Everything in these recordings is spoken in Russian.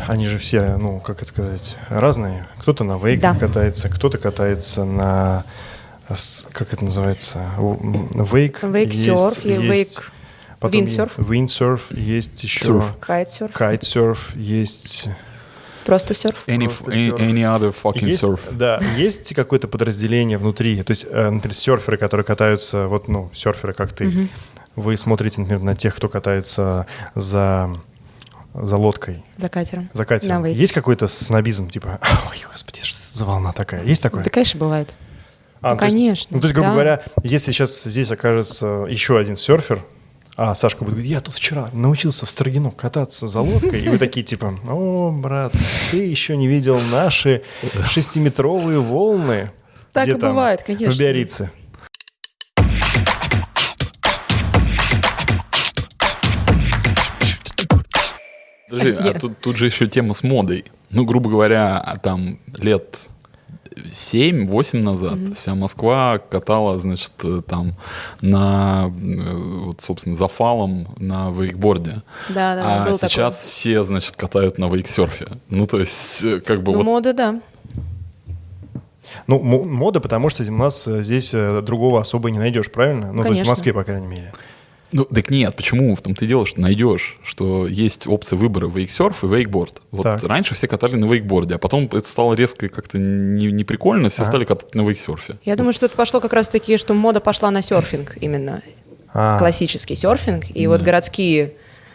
они же все, ну, как это сказать, разные. Кто-то на вейке катается, кто-то катается на, как это называется, вейк. Вейк-серф, вейк, виндсерф. Виндсерф, есть еще... Кайтсерф. Кайтсерф, есть... Просто серф. Any other fucking surf. Да, есть какое-то подразделение внутри. То есть, например, серферы, которые катаются, вот, ну, серферы, как ты, вы смотрите, например, на тех, кто катается за лодкой. За катером. За катером. Есть какой-то снобизм, типа, ой, господи, что это за волна такая? Есть такое? Да, конечно, бывает. Конечно. То есть, грубо говоря, если сейчас здесь окажется еще один серфер, а Сашка будет говорить, я тут вчера научился в Строгино кататься за лодкой, и вы такие типа, о, брат, ты еще не видел наши 6-метровые волны. Так и бывает, конечно. В Биаррице. Подожди, а тут же еще тема с модой. Ну, грубо говоря, там лет 7-8 назад вся Москва катала, значит, там на, вот, собственно, за фалом на вейкборде. Да, а сейчас такой. Все, значит, катают на вейксерфе. Ну, то есть, как бы... Ну, вот... мода, да. Ну, мода, потому что у нас здесь другого особо не найдешь, правильно? Ну, конечно. То есть в Москве, по крайней мере. Ну, так нет, почему? В том-то и дело, что найдешь, что есть опция выбора вейксерф и вейкборд. Вот так. Раньше все катали на вейкборде, а потом это стало резко как-то не прикольно, все стали катать на вейксерфе. Я думаю, что это пошло как раз-таки, что мода пошла на серфинг именно. Классический серфинг. И вот городские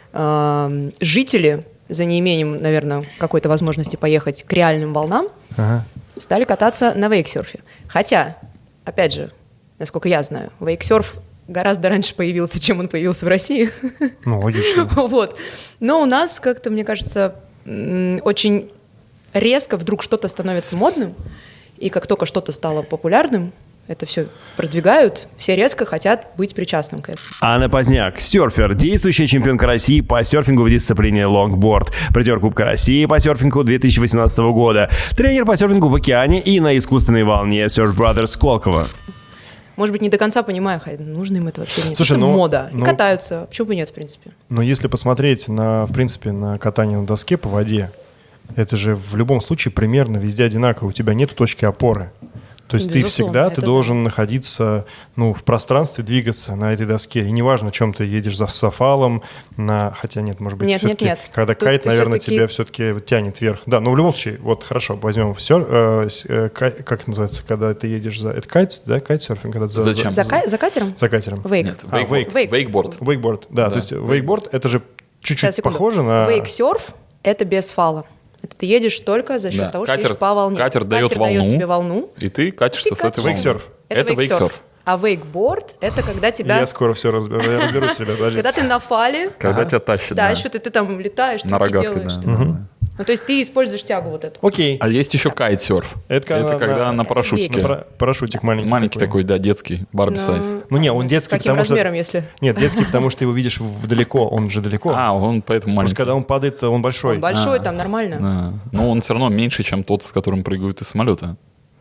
жители, за неимением, наверное, какой-то возможности поехать к реальным волнам, стали кататься на вейксерфе. Хотя, опять же, насколько я знаю, вейксерф гораздо раньше появился, чем он появился в России. Ну, логично. Вот. Но у нас как-то, мне кажется, очень резко вдруг что-то становится модным, и как только что-то стало популярным, это все продвигают, все резко хотят быть причастным к этому. Анна Поздняк, серфер, действующая чемпионка России по серфингу в дисциплине лонгборд, призер Кубка России по серфингу 2018 года, тренер по серфингу в океане и на искусственной волне Surf Brothers Сколково. Может быть, не до конца понимаю, нужно им это вообще нет. Слушай, это мода. И катаются. Почему бы нет, в принципе? Но если посмотреть в принципе, на катание на доске по воде, это же в любом случае примерно везде одинаково. У тебя нет точки опоры. То есть безусловно, ты должен находиться в пространстве, двигаться на этой доске. И неважно, о чем ты едешь за фалом, хотя нет, может быть, нет. Когда кайт, наверное, тебя все-таки тянет вверх. Да, но в любом случае, вот хорошо, возьмем все, как это называется, когда ты едешь за... Это кайт, да, кайтсерфинг? Зачем? За катером? За катером. Вейк. Нет, вейкборд. Вейкборд, да. То есть вейкборд, это же чуть-чуть похоже на... Вейксерф — это без фала. Это ты едешь только за счет того, что едешь по волне. Катер дает тебе волну, и ты катишься с этой волны. Вейксерф. Это вейксерф. А вейкборд — это когда тебя... Я скоро все разберусь, ребят, подождите. Когда ты на фале... Когда тебя тащат. Да, еще ты там летаешь, на рогатке, делаешь. Да. Ну, то есть ты используешь тягу вот эту. Окей. А есть еще кайтсерф. Это когда на парашютике. Парашютик маленький. Маленький такой, да, детский, Барби сайз. Ну не, он детский, потому что... Каким размером, если? Нет, детский, потому что ты его видишь далеко, он же далеко. Он поэтому маленький. Просто когда он падает, он большой. Он большой, там нормально. Да. Но он все равно меньше, чем тот, с которым прыгают из самолета.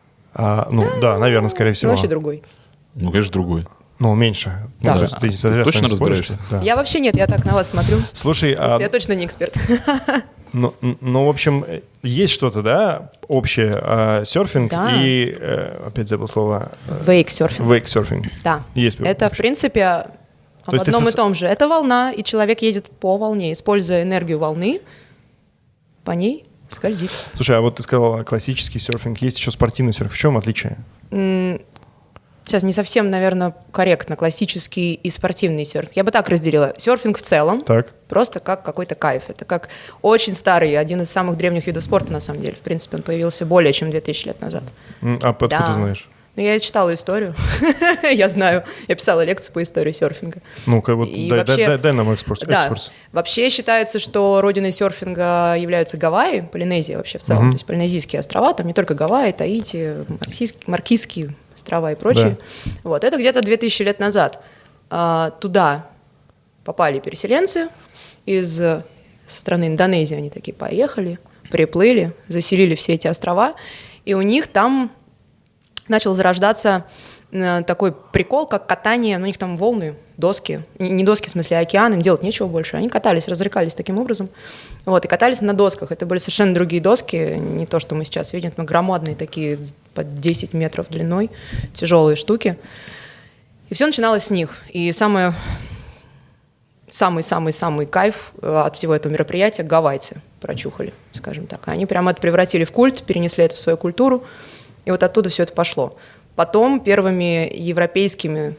Да, наверное, скорее всего. Вообще другой. Ну, конечно, другой. Ну, меньше. Да. Ну, ты точно разбираешься? Да. Я вообще нет, я так на вас смотрю. Слушай, я точно не эксперт. Ну, в общем, есть что-то, да, общее. Серфинг и, опять забыл слово. Вейксерфинг. Вейксерфинг. Да. Есть. Это, в принципе, об одном и том же. Это волна, и человек едет по волне, используя энергию волны, по ней скользит. Слушай, а вот ты сказала классический серфинг, есть еще спортивный серфинг. В чем отличие? Сейчас не совсем, наверное, корректно, классический и спортивный серфинг. Я бы так разделила. Серфинг в целом, просто как какой-то кайф. Это как очень старый, один из самых древних видов спорта, на самом деле. В принципе, он появился более чем 2000 лет назад. А откуда ты знаешь? Ну, я читала историю, я знаю, я писала лекции по истории серфинга. Ну-ка, вот дай нам экскурс. Да, вообще считается, что родиной серфинга являются Гавайи, Полинезия вообще в целом, то есть Полинезийские острова, там не только Гавайи, Таити, Маркизские острова и прочие. Вот, это где-то 2000 лет назад. Туда попали переселенцы со страны Индонезии, они такие поехали, приплыли, заселили все эти острова, и у них там начал зарождаться такой прикол, как катание, у них там волны, доски, не доски, в смысле, океан, им делать нечего больше. Они катались, развлекались таким образом. Вот, и катались на досках. Это были совершенно другие доски, не то, что мы сейчас видим, но громадные такие, под 10 метров длиной, тяжелые штуки. И все начиналось с них. И самый-самый-самый кайф от всего этого мероприятия гавайцы прочухали, скажем так. Они прямо это превратили в культ, перенесли это в свою культуру, и вот оттуда все это пошло. Потом первыми европейскими,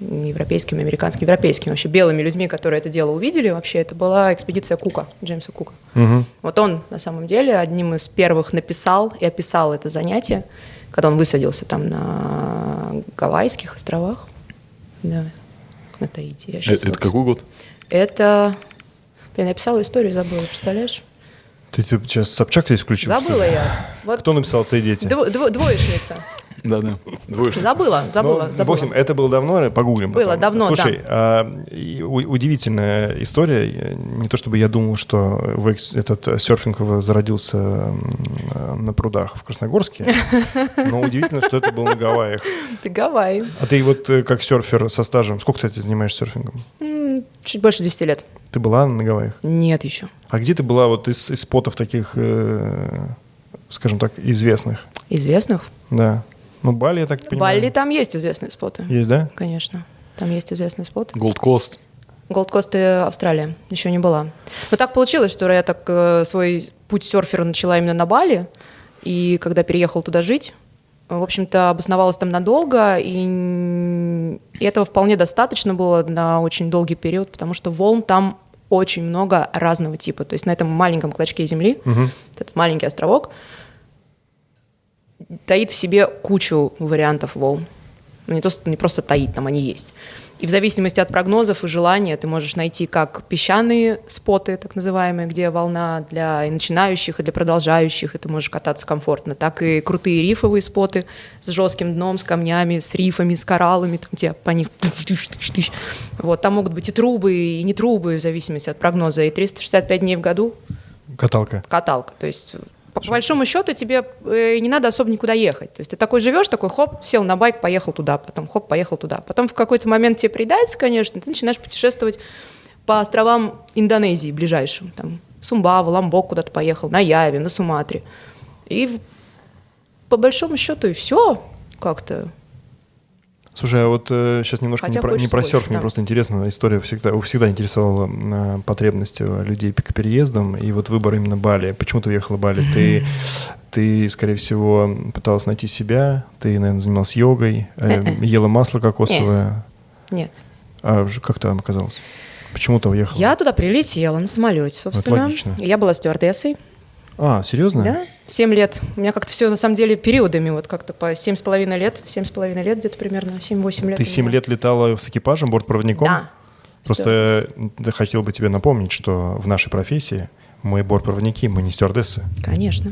вообще белыми людьми, которые это дело увидели, вообще это была экспедиция Кука, Джеймса Кука. Угу. Вот он, на самом деле, одним из первых написал и описал это занятие, когда он высадился там на Гавайских островах, да, на Таити. Это какой год? Это... Я написала историю, забыла, представляешь? Ты сейчас Собчак здесь включил? Забыла я. Вот. Кто написал «Отцы и дети»? Двоечница. Да. Забыла. В общем, это было давно, погуглим. Было потом. давно, Слушай, удивительная история. Не то чтобы я думал, что этот серфинг зародился на прудах в Красногорске, но удивительно, что это было на Гавайях. Ты Гавайи. А ты вот как серфер со стажем, сколько, кстати, занимаешься серфингом? Чуть больше 10 лет. Ты была на Гавайях? Нет еще. А где ты была вот из спотов таких, скажем так, известных? Известных? Да. Ну, Бали, я так понимаю. Бали, там есть известные споты. Есть, да? Конечно. Там есть известные споты. Голд-Кост. Голд-Кост и Австралия. Еще не была. Но так получилось, что я так свой путь серфера начала именно на Бали. И когда переехала туда жить, в общем-то, обосновалась там надолго. И этого вполне достаточно было на очень долгий период, потому что волн там очень много разного типа. То есть на этом маленьком клочке земли, этот маленький островок, таит в себе кучу вариантов волн. Не просто таит, там они есть. И в зависимости от прогнозов и желания ты можешь найти как песчаные споты, так называемые, где волна для и начинающих, и для продолжающих, и ты можешь кататься комфортно, так и крутые рифовые споты с жестким дном, с камнями, с рифами, с кораллами, там, где по них... Вот, там могут быть и трубы, и не трубы, в зависимости от прогноза, и 365 дней в году. Каталка. То есть... По большому счету тебе не надо особо никуда ехать. То есть ты такой живешь, такой хоп, сел на байк, поехал туда, потом хоп, поехал туда. Потом в какой-то момент тебе приедается, конечно, ты начинаешь путешествовать по островам Индонезии ближайшим. Там Сумбава, Ломбок куда-то поехал, на Яве, на Суматре. И по большому счету и все как-то. Слушай, а вот сейчас немножко не про серф, мне просто интересно, история всегда интересовала потребность людей по переездам, и вот выбор именно Бали. Почему ты уехала в Бали? Ты, скорее всего, пыталась найти себя, ты, наверное, занималась йогой, ела масло кокосовое. Нет. А как ты там оказалась? Почему ты уехала? Я туда прилетела на самолете, собственно. Это логично. Я была стюардессой. А, серьезно? Да, 7 лет. У меня как-то все, на самом деле, периодами, вот как-то по 7,5 лет где-то примерно, 7-8 лет. Ты 7 лет летала с экипажем, бортпроводником? Да. Просто я хотел бы тебе напомнить, что в нашей профессии мы бортпроводники, мы не стюардессы. Конечно.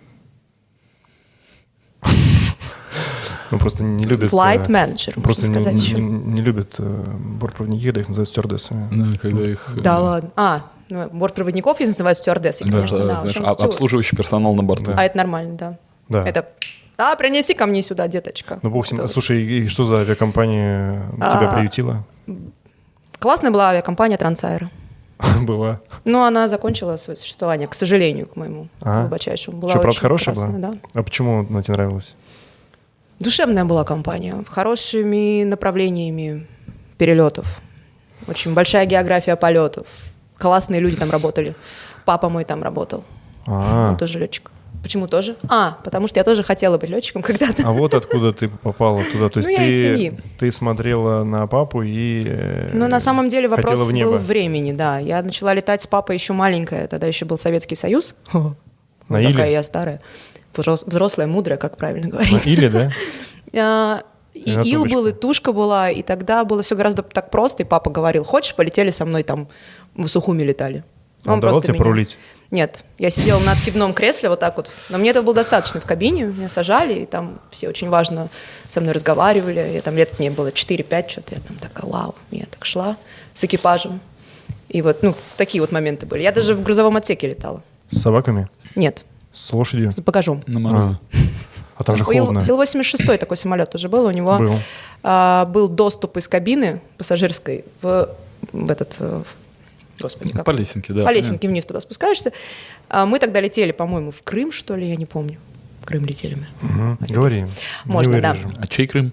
Ну, просто не любят... Flight manager, просто можно сказать еще. Не любят бортпроводники, когда их называют стюардессами. Да, когда их... Да ладно. Бортпроводников их называют стюардессой, конечно, да. Знаешь, обслуживающий персонал на борту. А это нормально, да. Это... принеси ко мне сюда, деточка. Ну, бог с ним. Слушай, и что за авиакомпания тебя приютила? Классная была авиакомпания Трансаэро. Была. Ну, она закончила свое существование, к сожалению, к моему глубочайшему. Что, правда, хорошая была? Да. А почему она тебе нравилась? Душевная была компания, хорошими направлениями перелетов. Очень большая география полетов. Классные люди там работали. Папа мой там работал. Он тоже летчик. Почему тоже? Потому что я тоже хотела быть летчиком когда-то. А вот откуда ты попала туда? То есть я из семьи. Ты смотрела на папу и на самом деле вопрос в небо. был времени, да. Я начала летать с папой еще маленькая. Тогда еще был Советский Союз. На Иле? Такая я старая. Взрослая, мудрая, как правильно говорить. На Иле, да? И ил был, и тушка была, и тогда было все гораздо так просто, и папа говорил: хочешь, полетели со мной, там в Сухуми летали. Он давал тебе порулить? Нет, я сидела на откидном кресле вот так вот, но мне этого было достаточно в кабине, меня сажали, и там все очень важно со мной разговаривали, я там лет мне было 4-5, что-то я там такая, вау, я так шла с экипажем, и вот, такие вот моменты были. Я даже в грузовом отсеке летала. С собаками? Нет. С лошадью? С багажом. На морозе. А там же холодно. Ил-86 такой самолет уже был, у него был доступ из кабины пассажирской в этот... Господи, как? По лесенке, да. По лесенке вниз туда спускаешься. Мы тогда летели, по-моему, в Крым, что ли, я не помню. В Крым летели мы. Говори. Можно, да. А чей Крым?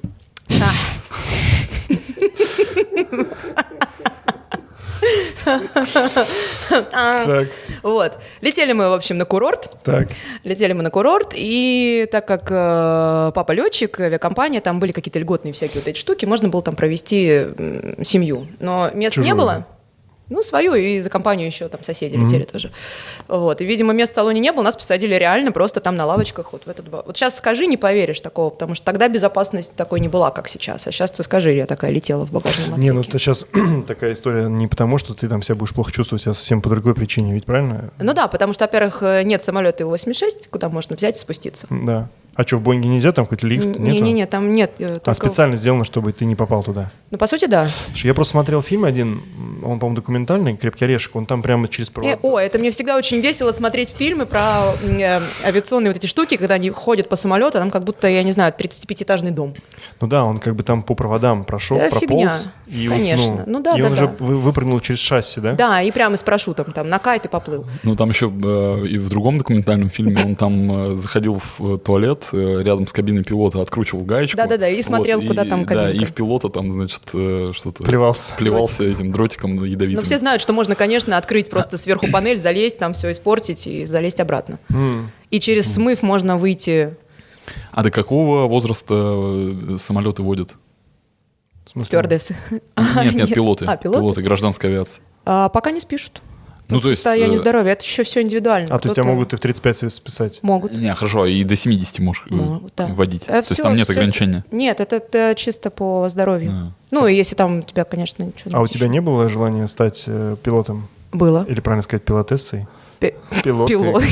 Вот. Летели мы, в общем, на курорт. Так. Летели мы на курорт, и так как папа летчик, авиакомпания, там были какие-то льготные всякие вот эти штуки, можно было там провести семью. Но мест не было. Ну, свою, и за компанию еще там соседи летели тоже. Вот. И, видимо, мест в салоне не было, нас посадили реально просто там на лавочках. Вот сейчас скажи, не поверишь такого, потому что тогда безопасность такой не была, как сейчас. А сейчас ты скажи, я такая летела в багажном отсеке. Не, ну это сейчас такая история не потому, что ты там себя будешь плохо чувствовать, а совсем по другой причине, ведь правильно? Ну да, потому что, во-первых, нет самолета Ил-86, куда можно взять и спуститься. Да. А что, в Боинге нельзя, там какой-то лифт? Не-не-не, там нет. А специально сделано, чтобы ты не попал туда? Ну, по сути, да. Я просто смотрел фильм один, он, по-моему, документальный, «Крепкий орешек», он там прямо через провод. Это мне всегда очень весело смотреть фильмы про авиационные вот эти штуки, когда они ходят по самолету, там как будто, я не знаю, 35-этажный дом. Ну да, он как бы там по проводам прошел, да, прополз. Фигня. И конечно. Вот, и он уже выпрыгнул через шасси, да? Да, и прямо с парашютом там на кайт и поплыл. Ну там еще и в другом документальном фильме он там заходил в туалет рядом с кабиной пилота, откручивал гаечку. Да-да-да, и смотрел, вот, куда там кабинка. Да, и в пилота там, значит, что-то... Плевался этим дротиком ядовитым. Но все знают, что можно, конечно, открыть просто сверху панель, залезть, там все испортить и залезть обратно. И через смыв можно выйти... А до какого возраста самолеты водят? Стюардессы. Нет, пилоты. Пилоты гражданской авиации. Пока не спишут. Ну, то есть состояние здоровья, это еще все индивидуально. То есть тебя могут и в 35 списать? Могут. Не, хорошо, и до 70 можешь водить. То есть там нет ограничения? Нет, это чисто по здоровью. Ну, и если там у тебя, конечно, ничего. А у тебя не было желания стать пилотом? Было. Или, правильно сказать, пилотессой? Пилот.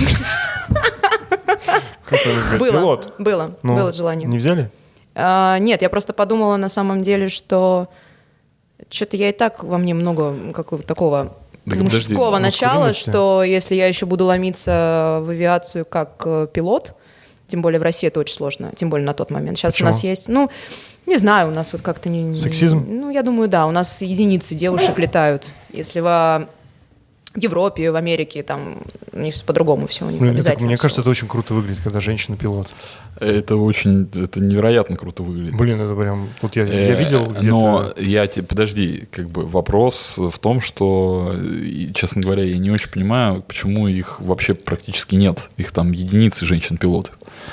Было желание. Не взяли? Нет, я просто подумала на самом деле, что что-то я и так во мне много какого-то такого... мужского начала, что если я еще буду ломиться в авиацию как пилот, тем более в России это очень сложно, тем более на тот момент. Сейчас Почему? У нас есть, не знаю, у нас вот как-то не... Сексизм? Я думаю, да, у нас единицы девушек летают. Если в Европе, в Америке, там у них по-другому все, у них обязательно. Мне кажется, это очень круто выглядит, когда женщина-пилот. Это невероятно круто выглядит. Блин, это прям... Вот я видел где-то... Но подожди, вопрос в том, что, честно говоря, я не очень понимаю, почему их вообще практически нет. Их там единицы женщин-пилотов.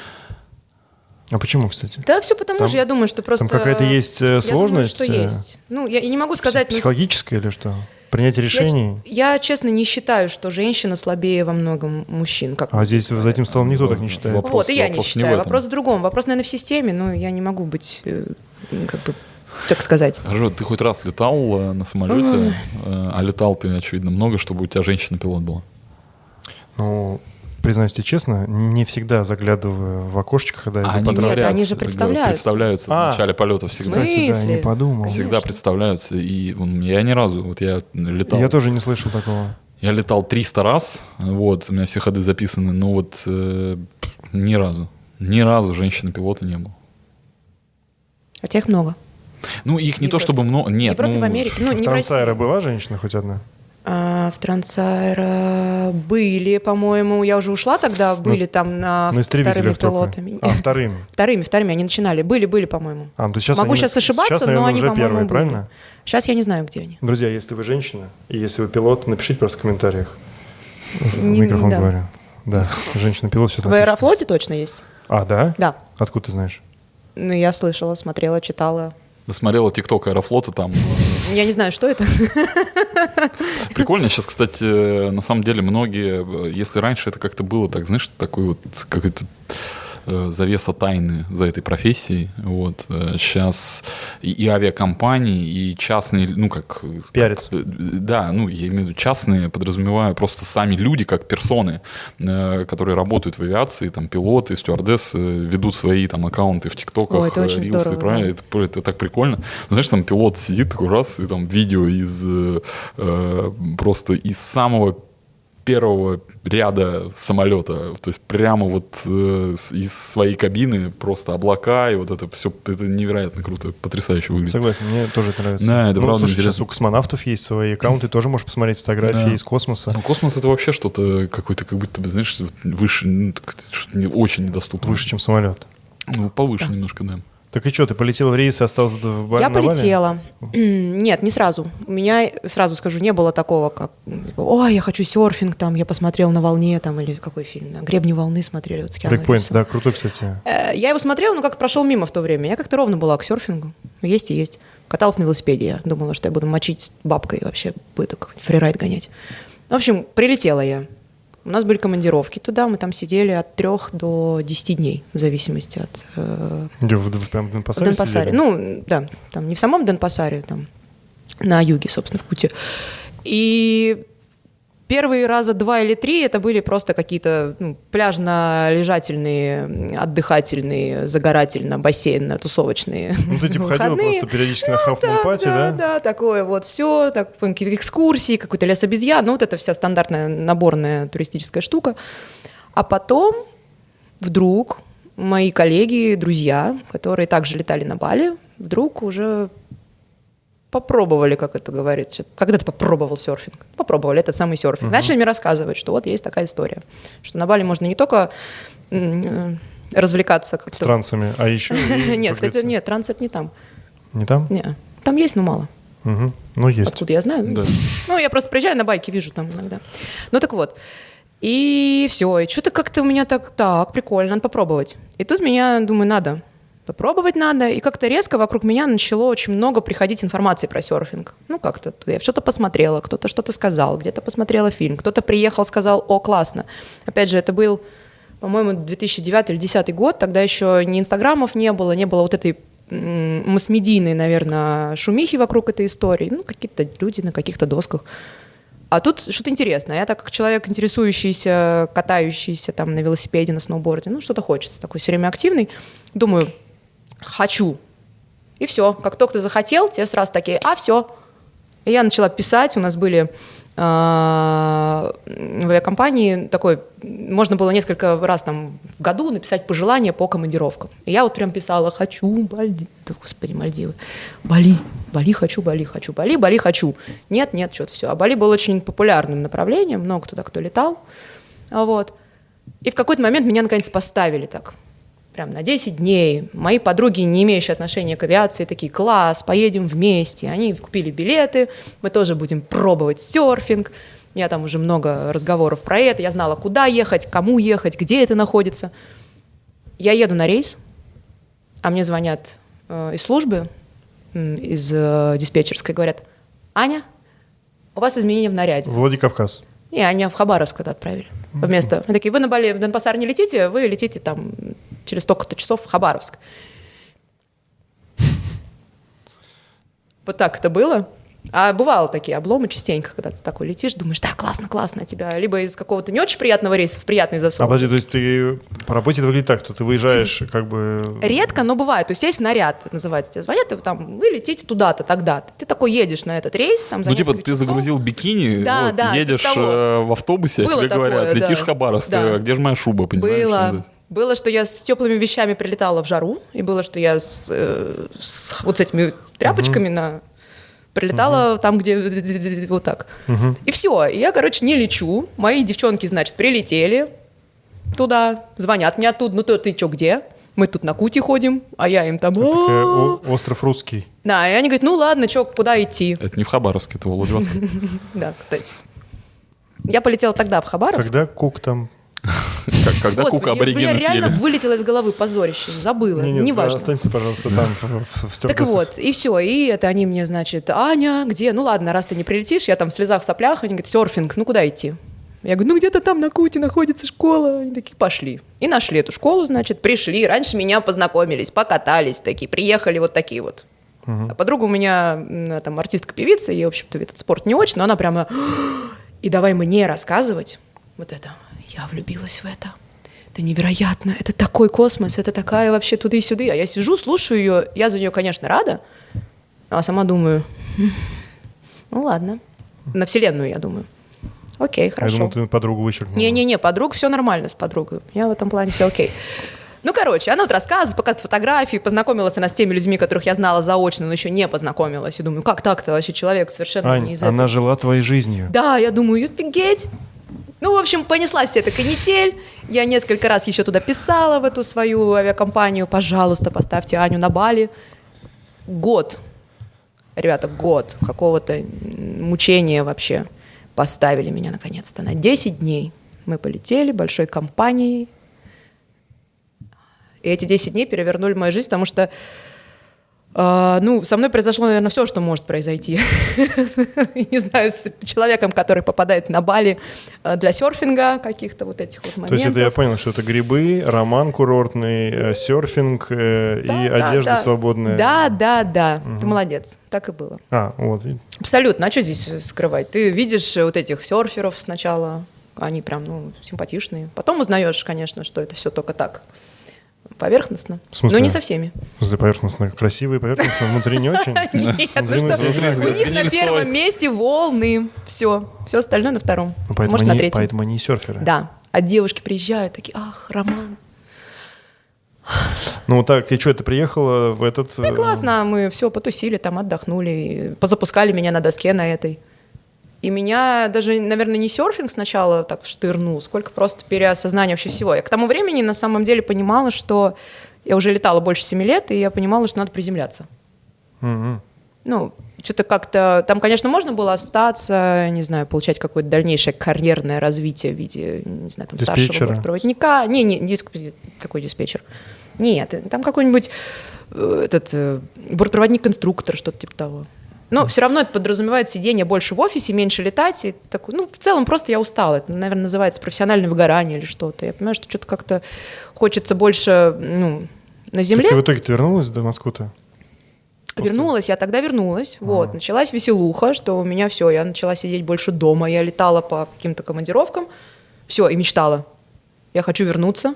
А почему, кстати? Да, все потому же, я думаю, что просто... Там какая-то есть сложность? Я думаю, что есть. Я не могу сказать... Психологическая или что? Принятие решений? Я, честно, не считаю, что женщина слабее во многом мужчин. А здесь за этим столом никто так не считает. И я не считаю. Вопрос в другом. Вопрос, наверное, в системе, но я не могу быть, так сказать. Хорошо, ты хоть раз летал на самолете, а летал ты, очевидно, много, чтобы у тебя женщина-пилот была? Признаюсь тебе честно, не всегда заглядываю в окошечко, когда я иду по дороге. Нет, они же представляются в начале полета всегда. Кстати, да, не подумал. Всегда представляются. И я ни разу, я летал. Я тоже не слышал такого. Я летал 300 раз, у меня все ходы записаны, но ни разу женщины-пилота не было. Хотя их много. Их не то чтобы много, нет. В Европе, в Америке, в Трансайре была женщина хоть одна? В Трансайре были, по-моему, я уже ушла тогда, были там вторыми пилотами. Вторыми они начинали. Были, по-моему. Могу сейчас ошибаться, но они, уже по-моему, первые, были. Правильно? Сейчас я не знаю, где они. Друзья, если вы женщина, и если вы пилот, напишите просто в комментариях. В микрофон говорю. Да, женщина-пилот сейчас напишет. В Аэрофлоте точно есть. Да? Да. Откуда ты знаешь? Я слышала, смотрела, читала. Смотрела ТикТок Аэрофлота там. Я не знаю, что это. Прикольно. Сейчас, кстати, на самом деле многие, если раньше это как-то было, так, знаешь, такой вот какой-то завеса тайны за этой профессией. Сейчас и авиакомпании, и частные, пиарятся. Да, я имею в виду частные, подразумеваю просто сами люди, как персоны, которые работают в авиации, там пилоты, стюардессы, ведут свои там аккаунты в ТикТоках, это очень рилсы, здорово, правильно? Да. Это так прикольно. Знаешь, там пилот сидит такой раз, и там видео из просто из самого первого ряда самолета. То есть прямо вот из своей кабины просто облака, и вот это все, это невероятно круто, потрясающе выглядит. Согласен, мне тоже это нравится. Да, это правда слушай, интересно. сейчас у космонавтов есть свои аккаунты, тоже можешь посмотреть фотографии из космоса. Ну, космос — это вообще что-то какое-то, как будто бы, знаешь, выше, что-то очень недоступно. Выше, чем самолет. Ну, повыше немножко, да. Так и что, ты полетела в рейс и осталась в Бали? Я полетела. Нет, не сразу. У меня, сразу скажу, не было такого, как, ой, я хочу серфинг, там, я посмотрел «На волне», там, или какой фильм, на «Гребни волны» смотрели. Вот, Брейкпоинт, да, крутой, кстати. Я его смотрела, но как-то прошел мимо в то время. Я как-то ровно была к серфингу. Есть и есть. Каталась на велосипеде. Я думала, что я буду мочить бабкой вообще, буду фрирайд гонять. В общем, прилетела я. У нас были командировки туда, мы там сидели от 3 до 10 дней, в зависимости от... Прям в Денпасаре? В Денпасаре. Ну, да, там не в самом Денпасаре, там на юге, собственно, в Куте. И первые раза 2 или 3 это были просто какие-то пляжно-лежательные, отдыхательные, загорательно-бассейно-тусовочные. Ну, ты типа ходила просто периодически на хаф-мун-пати, да? Да, такое вот все, какие-то экскурсии, какой-то лес обезьян, ну, вот это вся стандартная наборная туристическая штука. А потом вдруг мои коллеги, друзья, которые также летали на Бали, вдруг уже попробовали, как это говорится. Когда ты попробовал серфинг? Попробовали этот самый серфинг. Начали мне рассказывать, что вот есть такая история, что на Бали можно не только развлекаться как-то... С трансами, а еще... Нет, кстати, нет, транс это не там. Не там? Нет. Там есть, но мало. Ну, есть. Откуда я знаю? Да. Ну, я просто приезжаю на байке, вижу там иногда. Ну, так вот. И все, и что-то как-то у меня так, прикольно, надо попробовать. И тут меня, думаю, надо. Попробовать надо, и как-то резко вокруг меня начало очень много приходить информации про серфинг. Ну, как-то я что-то посмотрела, кто-то что-то сказал, где-то посмотрела фильм, кто-то приехал, сказал, о, классно. Опять же, это был, по-моему, 2009 или 2010 год, тогда еще ни инстаграмов не было вот этой массмедийной, наверное, шумихи вокруг этой истории. Ну, какие-то люди на каких-то досках. А тут что-то интересное. Я так как человек, интересующийся, катающийся там на велосипеде, на сноуборде, ну, что-то хочется, такой все время активный, думаю, хочу. И все. Как только ты захотел, тебе сразу такие, все. И я начала писать. У нас были в авиакомпании такой, можно было несколько раз там в году написать пожелания по командировкам. И я вот прям писала, хочу Бали. Господи, Мальдивы. Бали хочу, Бали хочу, Бали хочу. Нет, что-то все. А Бали был очень популярным направлением, много туда кто летал. Вот. И в какой-то момент меня наконец поставили так. Прям на 10 дней. Мои подруги, не имеющие отношения к авиации, такие, класс, поедем вместе. Они купили билеты, мы тоже будем пробовать серфинг. У меня там уже много разговоров про это. Я знала, куда ехать, кому ехать, где это находится. Я еду на рейс, а мне звонят из службы, из диспетчерской, говорят, Аня, у вас изменения в наряде. Владикавказ. Не, они в Хабаровск когда отправили. Вместо. Они такие, вы на Бали, в Денпасар не летите, вы летите там через столько-то часов в Хабаровск. Вот так это было. А бывало такие обломы частенько, когда ты такой летишь, думаешь, да, классно, тебя либо из какого-то не очень приятного рейса в приятный засов. А подожди, то есть ты по работе это выглядит так, что ты выезжаешь как бы... Редко, но бывает. То есть есть наряд, называется, тебе звонят, и там, вы летите туда-то, тогда-то. Ты такой едешь на этот рейс, там за несколько часов. Загрузил бикини, едешь в автобусе, было тебе такое, говорят, летишь в Хабаровск, где же моя шуба, понимаешь? Было, что я с теплыми вещами прилетала в жару, и было, что я с вот с этими тряпочками прилетала там, где вот так. И все. И я, не лечу. Мои девчонки, значит, прилетели туда, звонят мне оттуда. Ну, ты что, где? Мы тут на Куте ходим, а я им там... Остров Русский. Да, и они говорят, ну ладно, что, куда идти? Это не в Хабаровске, это в Владивостоке. Да, кстати. Я полетела тогда в Хабаровск. Когда Кук там... Когда Кука аборигены съели. Я реально вылетела из головы позорище, забыла, неважно. Останься, пожалуйста, там в стюардессах. Так вот, и все, и это они мне, значит, Аня, где? Ну ладно, раз ты не прилетишь, я там в слезах, в соплях, они говорят, серфинг, ну куда идти? Я говорю, ну где-то там на Куте находится школа. Они такие, пошли. И нашли эту школу, значит, пришли, раньше меня познакомились, покатались такие, приехали вот такие вот. А подруга у меня там артистка-певица, ей, в общем-то, этот спорт не очень, но она прямо, и давай мне рассказывать вот это. Я влюбилась в это. Это невероятно. Это такой космос, это такая вообще туда и сюда. А я сижу, слушаю ее. Я за нее, конечно, рада. А сама думаю, ну ладно. На Вселенную, я думаю. Окей, хорошо. Я думал, ты подругу вычеркнула. Не-не-не, подруг, все нормально с подругой. Я в этом плане все окей. Ну, короче, она вот рассказывает, показывает фотографии, познакомилась она с теми людьми, которых я знала заочно, но еще не познакомилась. И думаю, как так-то вообще человек совершенно Ань, не из этого. она жила твоей жизнью. Да, я думаю, офигеть. Ну, в общем, понеслась вся эта канитель. Я несколько раз еще туда писала, в эту свою авиакомпанию. Пожалуйста, поставьте Аню на Бали. Год. Ребята, год какого-то мучения вообще. Поставили меня наконец-то на 10 дней. Мы полетели большой компанией. И эти 10 дней перевернули мою жизнь, потому что со мной произошло, наверное, все, что может произойти. Не знаю, с человеком, который попадает на Бали для серфинга, каких-то вот этих вот моментов. То есть это я понял, что это грибы, роман курортный, серфинг и одежда свободная. Да. Ты молодец. Так и было. Вот. Абсолютно. А что здесь скрывать? Ты видишь вот этих серферов сначала, они прям, симпатичные. Потом узнаешь, конечно, что это все только так. Поверхностно. В смысле? Но не со всеми. В смысле поверхностно? Красивые поверхностно, внутри не очень? Нет, у них на первом месте волны. Все остальное на втором. Может, на третьем. Поэтому они и серферы. Да. А девушки приезжают, такие, роман. Ну так, и что, ты приехала в этот... Классно, мы все потусили, там отдохнули, позапускали меня на доске на этой. И меня даже, наверное, не серфинг сначала так штырнул, сколько просто переосознание вообще всего. Я к тому времени на самом деле понимала, что я уже летала больше 7 лет, и я понимала, что надо приземляться. Что-то как-то... Там, конечно, можно было остаться, не знаю, получать какое-то дальнейшее карьерное развитие в виде, не знаю, там, старшего бортпроводника. Какой диспетчер? Нет, там какой-нибудь бортпроводник-конструктор, что-то типа того. Но все равно это подразумевает сидение больше в офисе, меньше летать. И такой, в целом просто я устала. Это, наверное, называется профессиональное выгорание или что-то. Я понимаю, что что-то как-то хочется больше на земле. Так ты в итоге вернулась до Москвы-то? Вернулась, я тогда вернулась. Вот, началась веселуха, что у меня все, я начала сидеть больше дома. Я летала по каким-то командировкам. Все, и мечтала. Я хочу вернуться,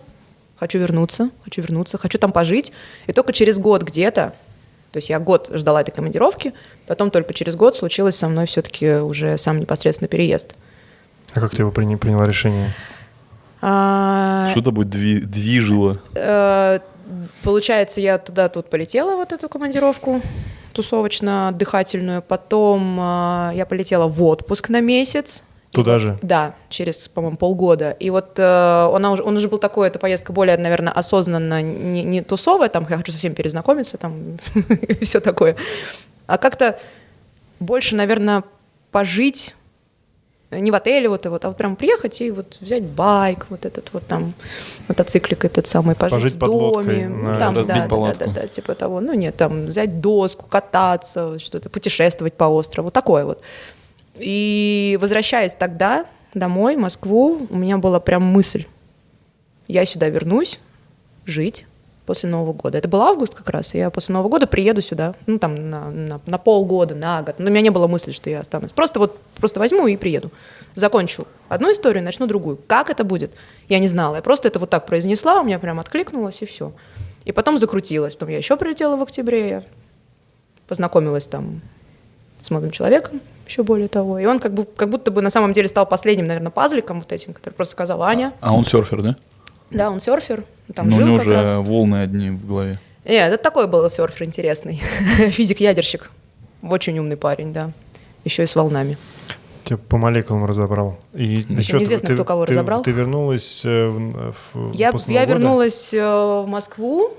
хочу там пожить. И только через год где-то, то есть я год ждала этой командировки, потом только через год случилось со мной все-таки уже сам непосредственно переезд. А как ты его приняла решение? Что-то будет движило. Получается, я тут полетела, вот эту командировку тусовочно-отдыхательную. Потом я полетела в отпуск на месяц. Туда же? Да, через, по-моему, полгода. И вот он уже был такой, эта поездка более, наверное, осознанно не тусовая, там я хочу со всеми перезнакомиться, там и все такое. А как-то больше, наверное, пожить не в отеле, а вот прям приехать и вот взять байк, вот этот вот там мотоциклик этот самый, пожить в доме. Разбить палатку. Да, типа того. Там взять доску, кататься, что-то, путешествовать по острову, вот такое вот. И возвращаясь тогда домой, в Москву, у меня была прям мысль. Я сюда вернусь жить после Нового года. Это был август как раз, и я после Нового года приеду сюда, на полгода, на год. Но у меня не было мысли, что я останусь. Просто возьму и приеду. Закончу одну историю, начну другую. Как это будет, я не знала. Я просто это вот так произнесла, у меня прям откликнулось, и все. И потом закрутилось. Потом я еще прилетела в октябре, я познакомилась там с молодым человеком, еще более того. И он как будто бы на самом деле стал последним, наверное, пазликом вот этим, который просто сказала Аня. А он серфер, да? Да, он серфер. Там но жил у него как же раз. волны одни в голове. Нет, это такой был серфер интересный. Физик-ядерщик. Очень умный парень, да. Еще и с волнами. Тебя по молекулам разобрал. Еще неизвестно, кто кого разобрал. Ты вернулась Я вернулась в Москву,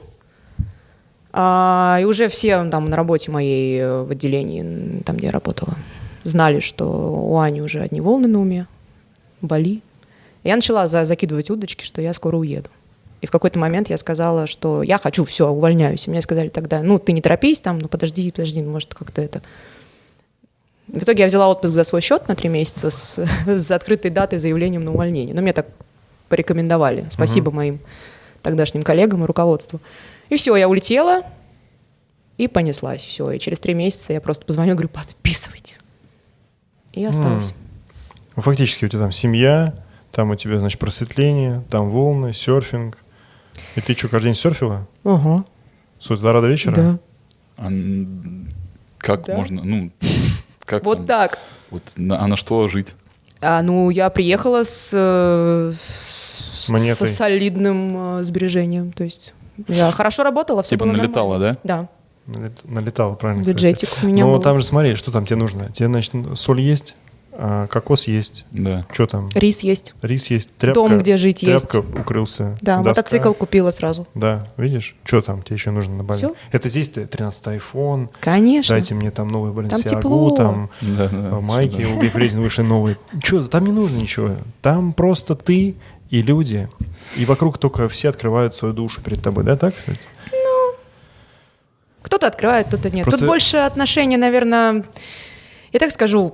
и уже все там на работе моей в отделении, там, где я работала, знали, что у Ани уже одни волны на уме, Бали. Я начала закидывать удочки, что я скоро уеду. И в какой-то момент я сказала, что я хочу, все, увольняюсь. И мне сказали тогда, ты не торопись там, подожди, может как-то это... В итоге я взяла отпуск за свой счет на 3 месяца с открытой датой заявлением на увольнение. Но мне так порекомендовали. Спасибо моим тогдашним коллегам и руководству. И все, я улетела и понеслась. Все. И через 3 месяца я просто позвонила, говорю, подписывайте. И осталась. Фактически у тебя там семья, там у тебя, значит, просветление, там волны, серфинг. И ты что, каждый день серфила? Ага. С утра до вечера? Да. Как можно, как вот там, так. Вот, а на что жить? Я приехала со солидным сбережением. То есть я хорошо работала, все было налетала, нормально. Да? Да. Налетала, правильно. Бюджетик кстати. у меня Но был. там же смотри, что там тебе нужно. Тебе, значит, соль есть, кокос есть. Да. Что там? Рис есть. Рис есть, тряпка. Дом, где жить есть. Тряпка укрылся. Да, доска. мотоцикл купила сразу. Да, видишь? Что там тебе еще нужно на Бали? Всё. Это здесь-то 13-й iPhone. Конечно. Дайте мне там новый Там тепло. Balenciaga, там Да, майки у Бифрезин вышли новые. Что, там не нужно ничего. Там просто ты и люди. И вокруг только все открывают свою душу перед тобой, да, так? Кто-то открывает, кто-то нет. Просто- Тут больше отношения, наверное, я так скажу,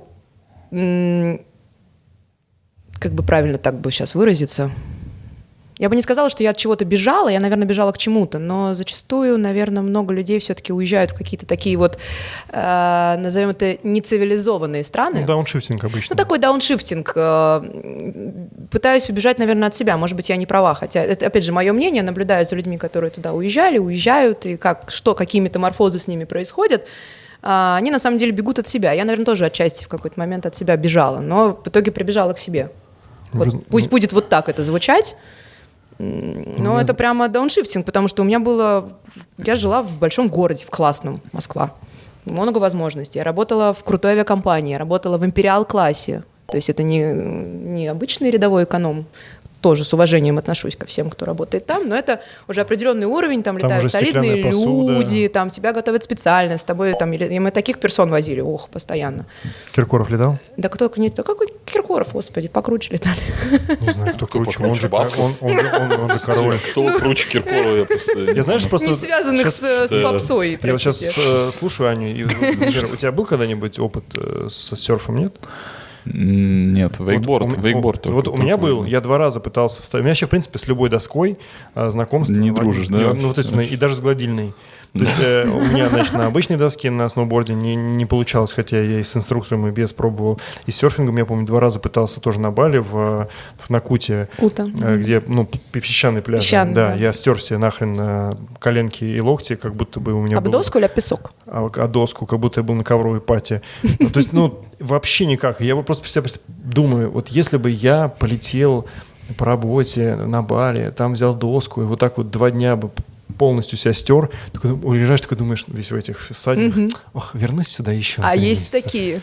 как бы правильно так бы сейчас выразиться. Я бы не сказала, что я от чего-то бежала, я, наверное, бежала к чему-то, но зачастую, наверное, много людей все-таки уезжают в какие-то такие вот, назовем это, нецивилизованные страны. Ну, дауншифтинг обычно. Такой дауншифтинг. Пытаюсь убежать, наверное, от себя. Может быть, я не права. Хотя, это, опять же, мое мнение. Наблюдаю за людьми, которые туда уезжают, и какие метаморфозы с ними происходят. Они, на самом деле, бегут от себя. Я, наверное, тоже отчасти в какой-то момент от себя бежала, но в итоге прибежала к себе. Вот, пусть будет вот так это звучать. Но это прямо дауншифтинг, потому что я жила в большом городе, в классном, Москва. Много возможностей. Я работала в крутой авиакомпании, я работала в империал-классе. То есть это не обычный рядовой эконом. Тоже с уважением отношусь ко всем, кто работает там, но это уже определенный уровень, там летают солидные люди, там тебя готовят специально, с тобой там, и мы таких персон возили, постоянно. Киркоров летал? Да кто не летал? Какой Киркоров, господи, покруче летали. Не знаю, кто круче. Он же Басков? он же король. Кто круче Киркорова, я просто... Я знаешь, просто... Не связанных с попсой, Я вот сейчас простите. слушаю Аню, и, например, у тебя был когда-нибудь опыт со серфом, нет? Нет, вейкборд. Вот у меня был, я 2 раза пытался вставить. У меня вообще, в принципе, с любой доской знакомство. Не дружишь, да? Ну, то есть, и даже с гладильной. То есть у меня, значит, на обычной доске, на сноуборде не получалось, хотя я и с инструктором, и без пробовал. И с серфингом, я помню, 2 раза пытался тоже на Бали, в Накуте, где, песчаный пляж. Песчаный, да, да. я стер себе нахрен коленки и локти, как будто бы у меня было... Об доску или об песок? А доску, как будто я был на ковровой пати. То есть, вообще никак. Я вот просто про себя думаю, вот если бы я полетел по работе на Бали, там взял доску, и вот так вот 2 дня бы полностью себя стер, уезжаешь, такой думаешь, весь в этих садиках, вернусь сюда еще. А есть такие.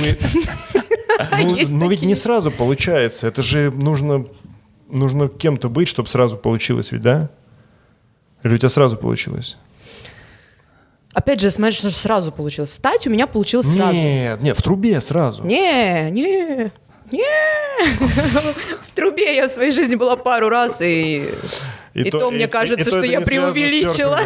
Но ведь не сразу получается. Это же нужно кем-то быть, чтобы сразу получилось, ведь, да? Или у тебя сразу получилось? Опять же, смотри, что сразу получилось. Встать у меня получилось сразу. Нет, в трубе сразу. Не. В трубе я в своей жизни была пару раз, и то мне кажется, что я преувеличила.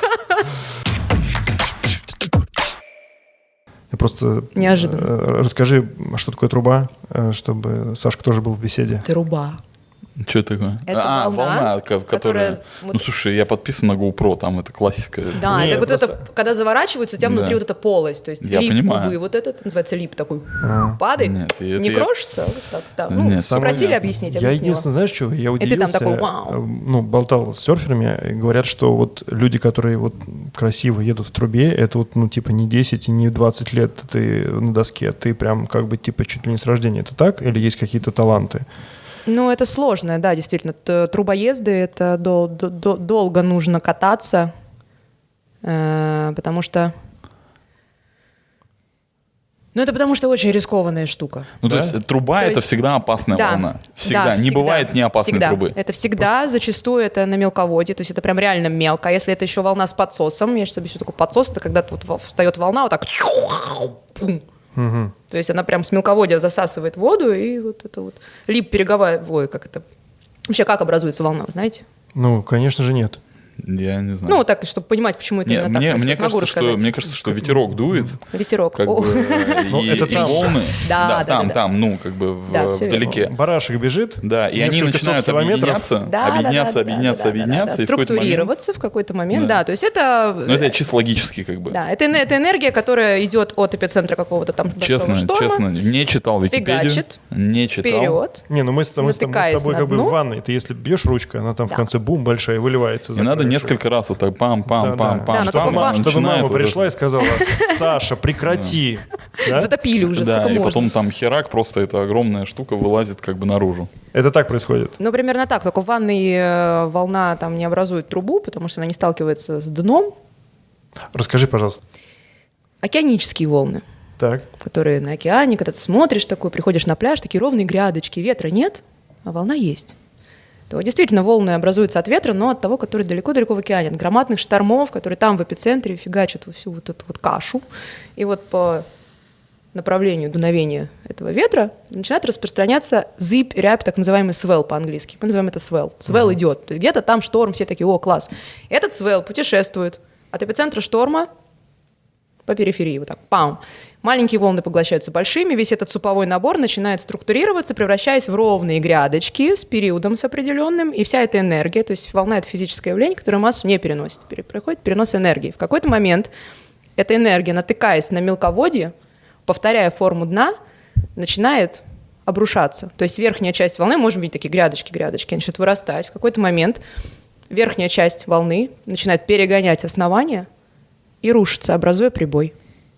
Просто неожиданно. Расскажи, что такое труба, чтобы Сашка тоже был в беседе. Труба. Что это такое? Это волна, которая... Ну, слушай, я подписан на GoPro, там это классика. Да, это вот это, когда заворачивается, у тебя внутри вот эта полость, то есть лип губы, вот этот называется лип такой, падает, не крошится, вот так, просили объяснить, объяснила. Я единственное, знаешь, что, я удивился, и ты там такой, вау. Болтал с серферами, говорят, что вот люди, которые вот красиво едут в трубе, это вот, не 10 и не 20 лет ты на доске, ты прям как бы чуть ли не с рождения, это так? Или есть какие-то таланты? Ну, это сложно, да, действительно. Трубоезды, это долго нужно кататься, потому что... это потому что очень рискованная штука. То есть труба — это всегда опасная волна. Всегда. Не бывает неопасной трубы. Это всегда, зачастую это на мелководье, то есть это прям реально мелко. А если это еще волна с подсосом, я сейчас объясню, что такое подсос, это когда вот встает волна, вот так... Угу. То есть она прям с мелководья засасывает воду, и вот это вот лип береговая, как это... Вообще, как образуется волна, вы знаете? Конечно же, нет. Я не знаю. Так, чтобы понимать, почему это именно так происходит. Мне кажется, что ветерок дует. Ветерок. И волны. Да. Там, вдалеке. Барашек бежит. Да, и они начинают объединяться. Структурироваться в какой-то момент, да. То есть это... это чисто логически Да, это энергия, которая идет от эпицентра какого-то там большого шторма. Честно, не читал Википедию. Фигачит. Не читал. Вперед. Мы с тобой как бы в ванной. Ты если бьешь ручкой, она там в конце бум большая выливается. Не надо несколько раз вот так пам-пам-пам-пам. Чтобы мама пришла и сказала: Саша, прекрати. Затопили уже, сколько можно. И потом там херак, просто эта огромная штука вылазит как бы наружу. Это так происходит? Ну, примерно так. Только в ванной волна там не образует трубу, потому что она не сталкивается с дном. Расскажи, пожалуйста. Океанические волны, так. которые на океане, когда ты смотришь такой, приходишь на пляж, такие ровные грядочки, ветра нет, а волна есть. То действительно волны образуются от ветра, но от того, который далеко-далеко в океане, от громадных штормов, которые там в эпицентре фигачат всю вот эту вот кашу. И вот по направлению дуновения этого ветра начинает распространяться зыбь, рябь, так называемый swell по-английски. Мы называем это swell. Swell идет. То есть где-то там шторм, все такие, о, класс. Этот swell путешествует от эпицентра шторма по периферии, вот так, пам. Маленькие волны поглощаются большими, весь этот суповой набор начинает структурироваться, превращаясь в ровные грядочки с периодом с определенным, и вся эта энергия, то есть волна — это физическое явление, которое массу не переносит, происходит перенос энергии. В какой-то момент эта энергия, натыкаясь на мелководье, повторяя форму дна, начинает обрушаться. То есть верхняя часть волны, можем видеть такие грядочки, они начинают вырастать. В какой-то момент верхняя часть волны начинает перегонять основание и рушится, образуя прибой.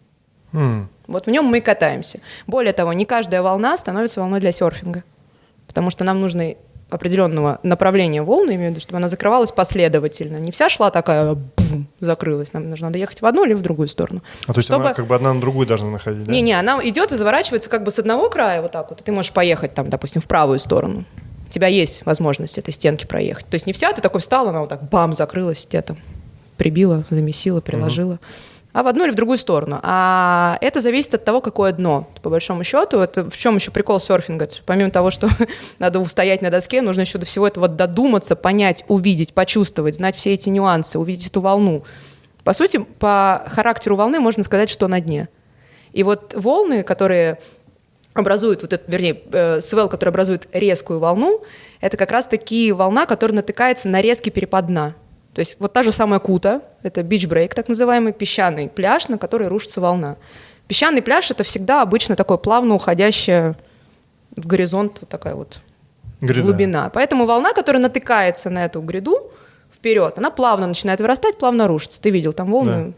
Вот в нем мы и катаемся. Более того, не каждая волна становится волной для серфинга, потому что нам нужно определенного направления волны, имею в виду, чтобы она закрывалась последовательно. Не вся шла такая, бум, закрылась. Нам нужно доехать в одну или в другую сторону. То есть она как бы одна на другую должна находить, да? Не, она идет и заворачивается как бы с одного края вот так вот, и ты можешь поехать там, допустим, в правую сторону. У тебя есть возможность этой стенки проехать. То есть не вся, ты такой встал, она вот так, бам, закрылась, тебя там прибила, замесила, приложила. А в одну или в другую сторону. А это зависит от того, какое дно. По большому счету, это в чем еще прикол серфинга? Помимо того, что надо устоять на доске, нужно еще до всего этого додуматься, понять, увидеть, почувствовать, знать все эти нюансы, увидеть эту волну. По сути, по характеру волны можно сказать, что на дне. И вот волны, которые образуют, вот это, вернее, свел, который образует резкую волну, это как раз-таки волна, которая натыкается на резкий перепад дна. То есть вот та же самая Кута, это beach break, так называемый песчаный пляж, на который рушится волна. Песчаный пляж — это всегда обычно такое плавно уходящее в горизонт вот такая вот глубина. Поэтому волна, которая натыкается на эту гряду вперед, она плавно начинает вырастать, плавно рушится. Ты видел там волны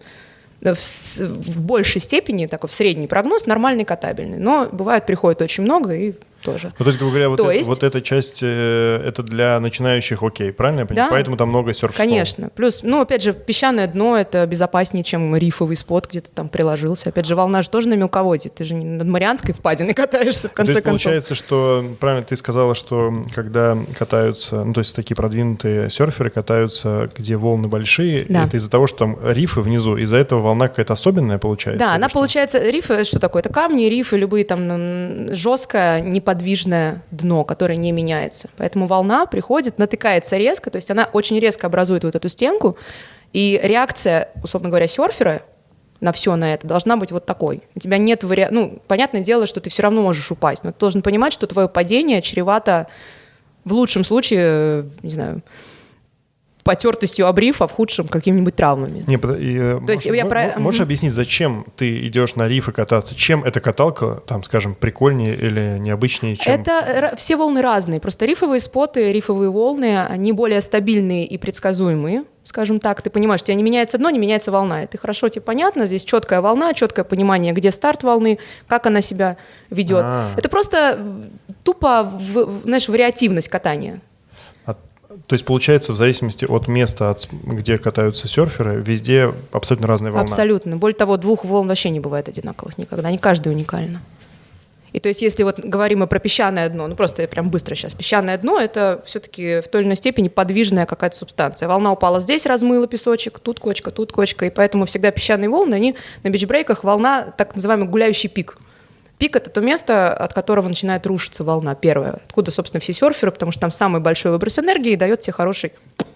в большей степени, такой в средний прогноз, нормальный, катабельный. Но бывает, приходит очень много и тоже. То есть, грубо говоря, вот эта часть, это для начинающих окей, правильно я понимаю? Да. Поэтому там много серф-школ. Конечно. Плюс, опять же, песчаное дно — это безопаснее, чем рифовый спот, где ты там приложился. Опять же, волна же тоже на мелководье. Ты же не над Марианской впадиной катаешься, в конце концов. Получается, что, правильно ты сказала, что когда катаются, то есть такие продвинутые серферы катаются, где волны большие, это из-за того, что там рифы внизу, из-за этого волна какая-то особенная получается? Да, она получается, рифы — это что такое? Это камни, рифы, любые там жесткое, неподвижное дно, которое не меняется. Поэтому волна приходит, натыкается резко, то есть она очень резко образует вот эту стенку, и реакция, условно говоря, серфера на все на это должна быть вот такой. У тебя нет понятное дело, что ты все равно можешь упасть, но ты должен понимать, что твое падение чревато в лучшем случае, не знаю, потертостью об риф, а в худшем какими-нибудь травмами. Можешь объяснить, зачем ты идешь на рифы кататься? Чем эта каталка, там, скажем, прикольнее или необычнее? Чем? Это все волны разные. Просто рифовые споты, рифовые волны, они более стабильные и предсказуемые, скажем так. Ты понимаешь, у тебя не меняется дно, не меняется волна. Это хорошо, тебе понятно. Здесь четкая волна, четкое понимание, где старт волны, как она себя ведет. Это просто тупо, вариативность катания. То есть, получается, в зависимости от места, где катаются серферы, везде абсолютно разная волна? Абсолютно. Более того, двух волн вообще не бывает одинаковых никогда. Они каждая уникальна. И то есть, если вот говорим мы про песчаное дно, просто я прям быстро сейчас. Песчаное дно — это все-таки в той или иной степени подвижная какая-то субстанция. Волна упала здесь, размыла песочек, тут кочка. И поэтому всегда песчаные волны, они на бичбрейках волна, так называемый гуляющий пик. Пик — это то место, от которого начинает рушиться волна первая. Откуда, собственно, все серферы, потому что там самый большой выброс энергии дает тебе хороший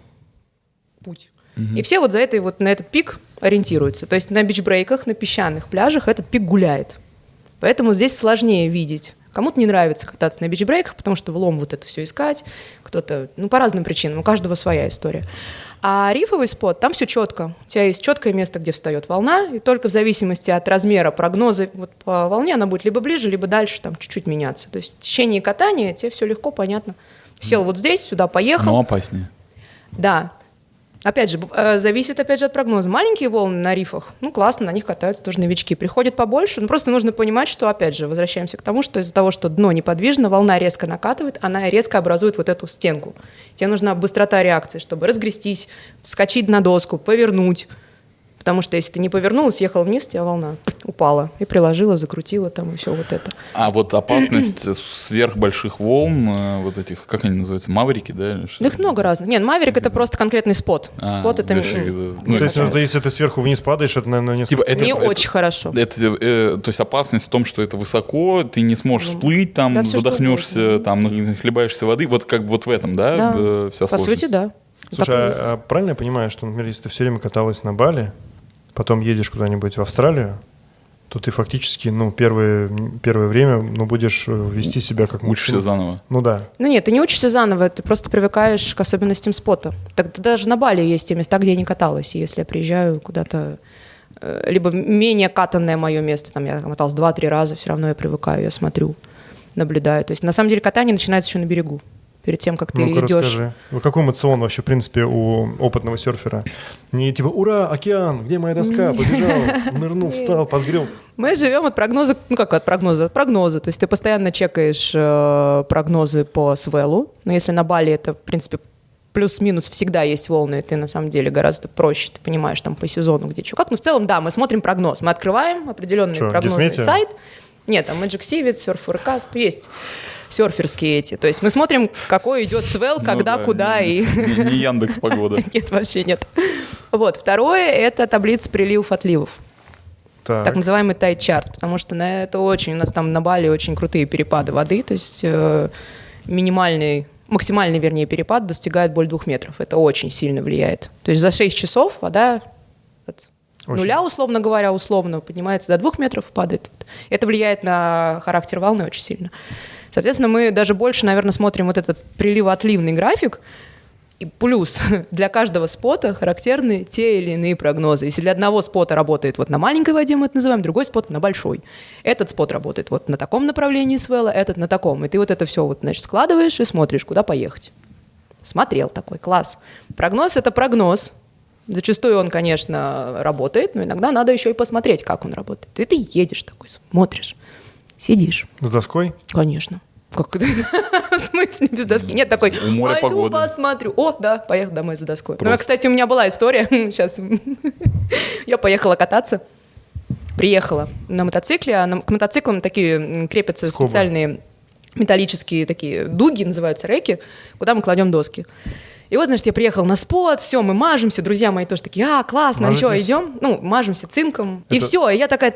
путь. И все вот на этот пик ориентируются. То есть на бичбрейках, на песчаных пляжах этот пик гуляет. Поэтому здесь сложнее видеть. Кому-то не нравится кататься на бичбрейках, потому что влом вот это все искать. Кто-то, по разным причинам, у каждого своя история. А рифовый спот, там все четко. У тебя есть четкое место, где встает волна, и только в зависимости от размера прогноза вот по волне она будет либо ближе, либо дальше там чуть-чуть меняться. То есть в течение катания тебе все легко, понятно. Сел вот здесь, сюда поехал. Но опаснее. Да. Опять же, зависит, опять же, от прогноза. Маленькие волны на рифах, классно, на них катаются тоже новички. Приходят побольше, просто нужно понимать, что, опять же, возвращаемся к тому, что из-за того, что дно неподвижно, волна резко накатывает, она резко образует вот эту стенку. Тебе нужна быстрота реакции, чтобы разгрестись, вскочить на доску, повернуть. Потому что если ты не повернула, съехала вниз, тебя волна упала и приложила, закрутила там и все вот это. А вот опасность сверхбольших волн, вот этих, как они называются, маврики, да? Их много разных. Нет, маврик это просто конкретный спот. Спот это... То есть если ты сверху вниз падаешь, это, наверное, не очень хорошо. То есть опасность в том, что это высоко, ты не сможешь всплыть, там задохнешься, там нахлебаешься воды. Вот как вот в этом, да, вся сложность? По сути, да. Слушай, а правильно я понимаю, что, например, если ты все время каталась на Бали, потом едешь куда-нибудь в Австралию, то ты фактически, первое время, будешь вести себя как мужчина. Учишься заново. Да. Нет, ты не учишься заново, ты просто привыкаешь к особенностям спота. Так даже на Бали есть те места, где я не каталась. И если я приезжаю куда-то, либо менее катанное мое место, там я каталась 2-3 раза, все равно я привыкаю, я смотрю, наблюдаю. То есть на самом деле катание начинается еще на берегу. Перед тем, как ты идешь. Расскажи. Какой эмоцион вообще, в принципе, у опытного серфера? Не типа, ура, океан, где моя доска? Побежал, нырнул, встал, подгрел. Мы живем от прогноза, от прогноза? От прогноза. То есть ты постоянно чекаешь прогнозы по свеллу. Но если на Бали это, в принципе, плюс-минус всегда есть волны, ты на самом деле гораздо проще, ты понимаешь там по сезону, где что как. Но в целом, да, мы смотрим прогноз. Мы открываем определенный прогнозный сайт. Нет, там Magic Seaweed, Surf Forecast, есть серферские эти. То есть мы смотрим, какой идет свел, когда, куда и... Не Яндекс.Погода. Нет, вообще нет. Вот, второе – это таблица приливов-отливов. Так называемый tide chart, потому что на это очень, у нас там на Бали очень крутые перепады воды, то есть максимальный, вернее, перепад достигает более 2 метров. Это очень сильно влияет. То есть за 6 часов вода... нуля, условно говоря, поднимается до 2 метров и падает. Это влияет на характер волны очень сильно. Соответственно, мы даже больше, наверное, смотрим вот этот приливо-отливный график. И плюс для каждого спота характерны те или иные прогнозы. Если для одного спота работает вот на маленькой воде, мы это называем, другой спот на большой. Этот спот работает вот на таком направлении свела, этот на таком. И ты вот это все складываешь и смотришь, куда поехать. Смотрел такой, класс. Прогноз – это прогноз. Зачастую он, конечно, работает, но иногда надо еще и посмотреть, как он работает. И ты едешь такой, смотришь, сидишь. С доской? Конечно. Как это? В смысле без доски? Нет, такой, пойду посмотрю. О, да, поехал домой за доской. Кстати, у меня была история. Сейчас. Я поехала кататься. Приехала на мотоцикле. А к мотоциклам такие крепятся специальные металлические такие дуги, называются реки, куда мы кладем доски. И вот, значит, я приехала на спот, все, мы мажемся, друзья мои тоже такие, классно, что, идем? Мажемся цинком. И все, и я такая,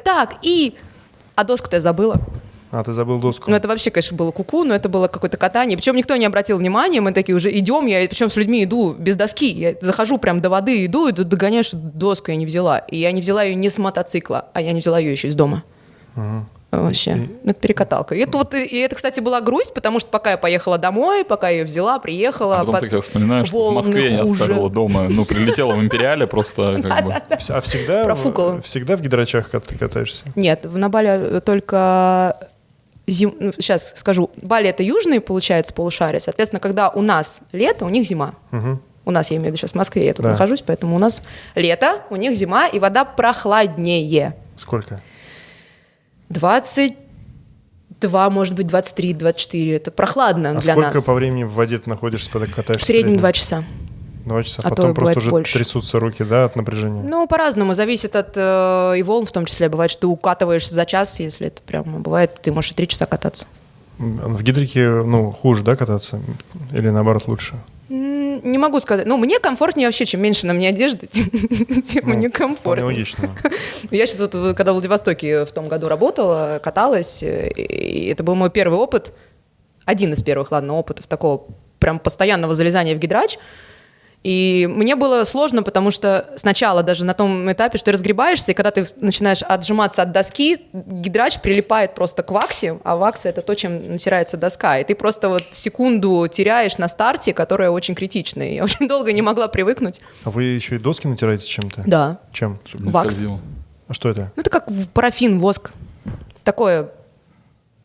а доску-то я забыла. Ты забыл доску. Это вообще, конечно, было куку, но это было какое-то катание. Причем никто не обратил внимания, мы такие уже идем, я причем с людьми иду без доски. Я захожу прям до воды, иду догоняю, что доску я не взяла. И я не взяла ее не с мотоцикла, а я не взяла ее еще из дома. Вообще. Это перекаталка. И это, кстати, была грусть, потому что пока я поехала домой, пока я ее взяла, приехала... А потом ты вспоминаешь, что в Москве я оставила дома. Прилетела в Империале просто как бы... А всегда в гидрачах ты катаешься? Нет, на Бали только... Сейчас скажу. Бали — это южный, получается, полушарие. Соответственно, когда у нас лето, у них зима. У нас, я имею в виду сейчас в Москве, я тут нахожусь, поэтому у нас лето, у них зима, и вода прохладнее. Сколько? 22, может быть, 23, 24. Это прохладно для нас. А сколько по времени в воде ты находишься, когда катаешься? В среднем 2 часа. 2 часа, потом просто уже больше. Трясутся руки, да, от напряжения? По-разному, зависит от и волн в том числе. Бывает, что ты укатываешь за час, если это прямо бывает, ты можешь и 3 часа кататься. В гидрике, хуже, да, кататься? Или наоборот лучше? Не могу сказать. Мне комфортнее вообще, чем меньше на мне одежды, тем мне комфортнее. Логично. Я сейчас когда в Владивостоке в том году работала, каталась, и это был мой первый опыт, один из первых, опытов такого прям постоянного залезания в гидрач. И мне было сложно, потому что сначала даже на том этапе, что ты разгребаешься, и когда ты начинаешь отжиматься от доски, гидрач прилипает просто к ваксе, а вакса — это то, чем натирается доска. И ты просто секунду теряешь на старте, которая очень критичная. Я очень долго не могла привыкнуть. А вы еще и доски натираете чем-то? Да. Чем? Вакс. А что это? Это как парафин, воск. Такое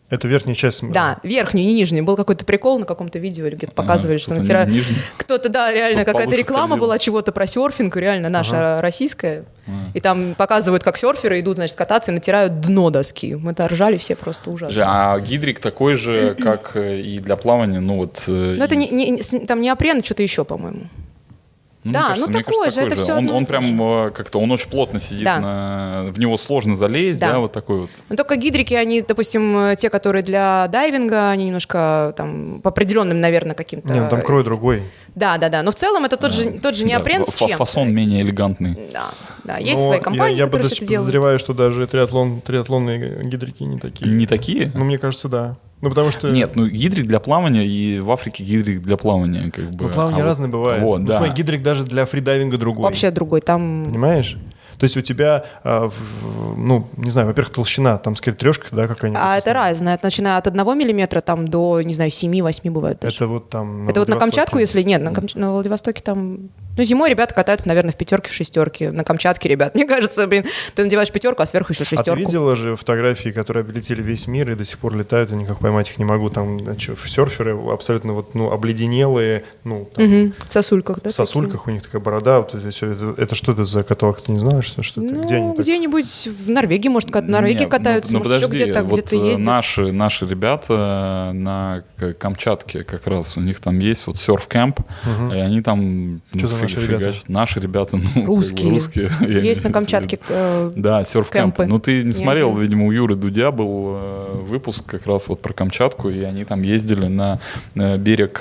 Это верхняя часть. Да, верхнюю, не нижнюю. Был какой-то прикол на каком-то видео, или где-то показывали, что натирают. Кто-то, да, реально какая-то реклама была чего-то про серфинг, реально наша российская. И там показывают, как серферы идут, значит, кататься и натирают дно доски. Мы это ржали все просто ужасно. А гидрик такой же, как и для плавания, ну вот... Ну это там неопрен, что-то еще, по-моему. Да, кажется, такой же, это все он прям как-то, он очень плотно сидит, в него сложно залезть, да, вот такой вот. Но только гидрики, они, допустим, те, которые для дайвинга, они немножко там по определенным, наверное, каким-то... Нет, там крой другой. Да, но в целом это тот же неопрен с чем-то. Фасон менее элегантный. Да, есть свои компании, которые это делают. Я подозреваю, что даже триатлонные гидрики не такие. Не такие? Ну, мне кажется, да. Ну, потому что... Нет, гидрик для плавания, и в Африке гидрик для плавания, как бы. Ну, плавание разное бывает. Вот, да. Смотри, гидрик даже для фридайвинга другой. Вообще другой, там... Понимаешь? То есть у тебя, не знаю, во-первых, толщина, там, скорее, трешка, да, какая-нибудь? А это разное, это начиная от 1 миллиметра там до, не знаю, 7-8 бывает даже. Это вот там... Это вот на Камчатку, если... Нет, на Владивостоке там... Ну, зимой ребята катаются, наверное, в 5-ке, в 6-ке. На Камчатке, ребят, мне кажется, ты надеваешь 5, а сверху еще 6. А ты видела же фотографии, которые облетели весь мир и до сих пор летают, и никак поймать их не могу. Там, значит, серферы абсолютно обледенелые, в сосульках, да? В сосульках у них такая борода. Вот это что это за каталог, ты не знаешь? Что это? Где они где-нибудь в Норвегии, может, в Норвегии катаются, может, подожди, еще где-то ездят. Наши ребята на Камчатке как раз, у них там есть вот серф-кэмп, и они там... Что за наши ребята? Наши ребята, русские. Есть на Камчатке да, серф-кэмпы. Ну, ты не смотрел, видимо, у Юры Дудя был выпуск как раз вот про Камчатку, и они там ездили на берег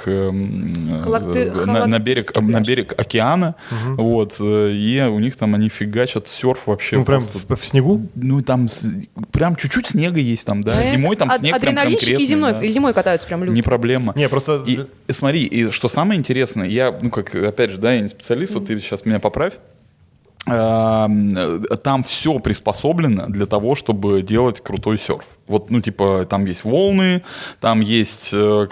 на берег океана, вот, и у них там они фигачат серф вообще. Ну, прям в снегу? Ну, там прям чуть-чуть снега есть там, да. Зимой там снег прям конкретный. Адреналинщики зимой катаются прям люди. Не проблема. Не, просто... И смотри, и что самое интересное, я, опять же, да, я не специалист, вот ты сейчас меня поправь. Там все приспособлено для того, чтобы делать крутой серф. Вот, там есть волны, там есть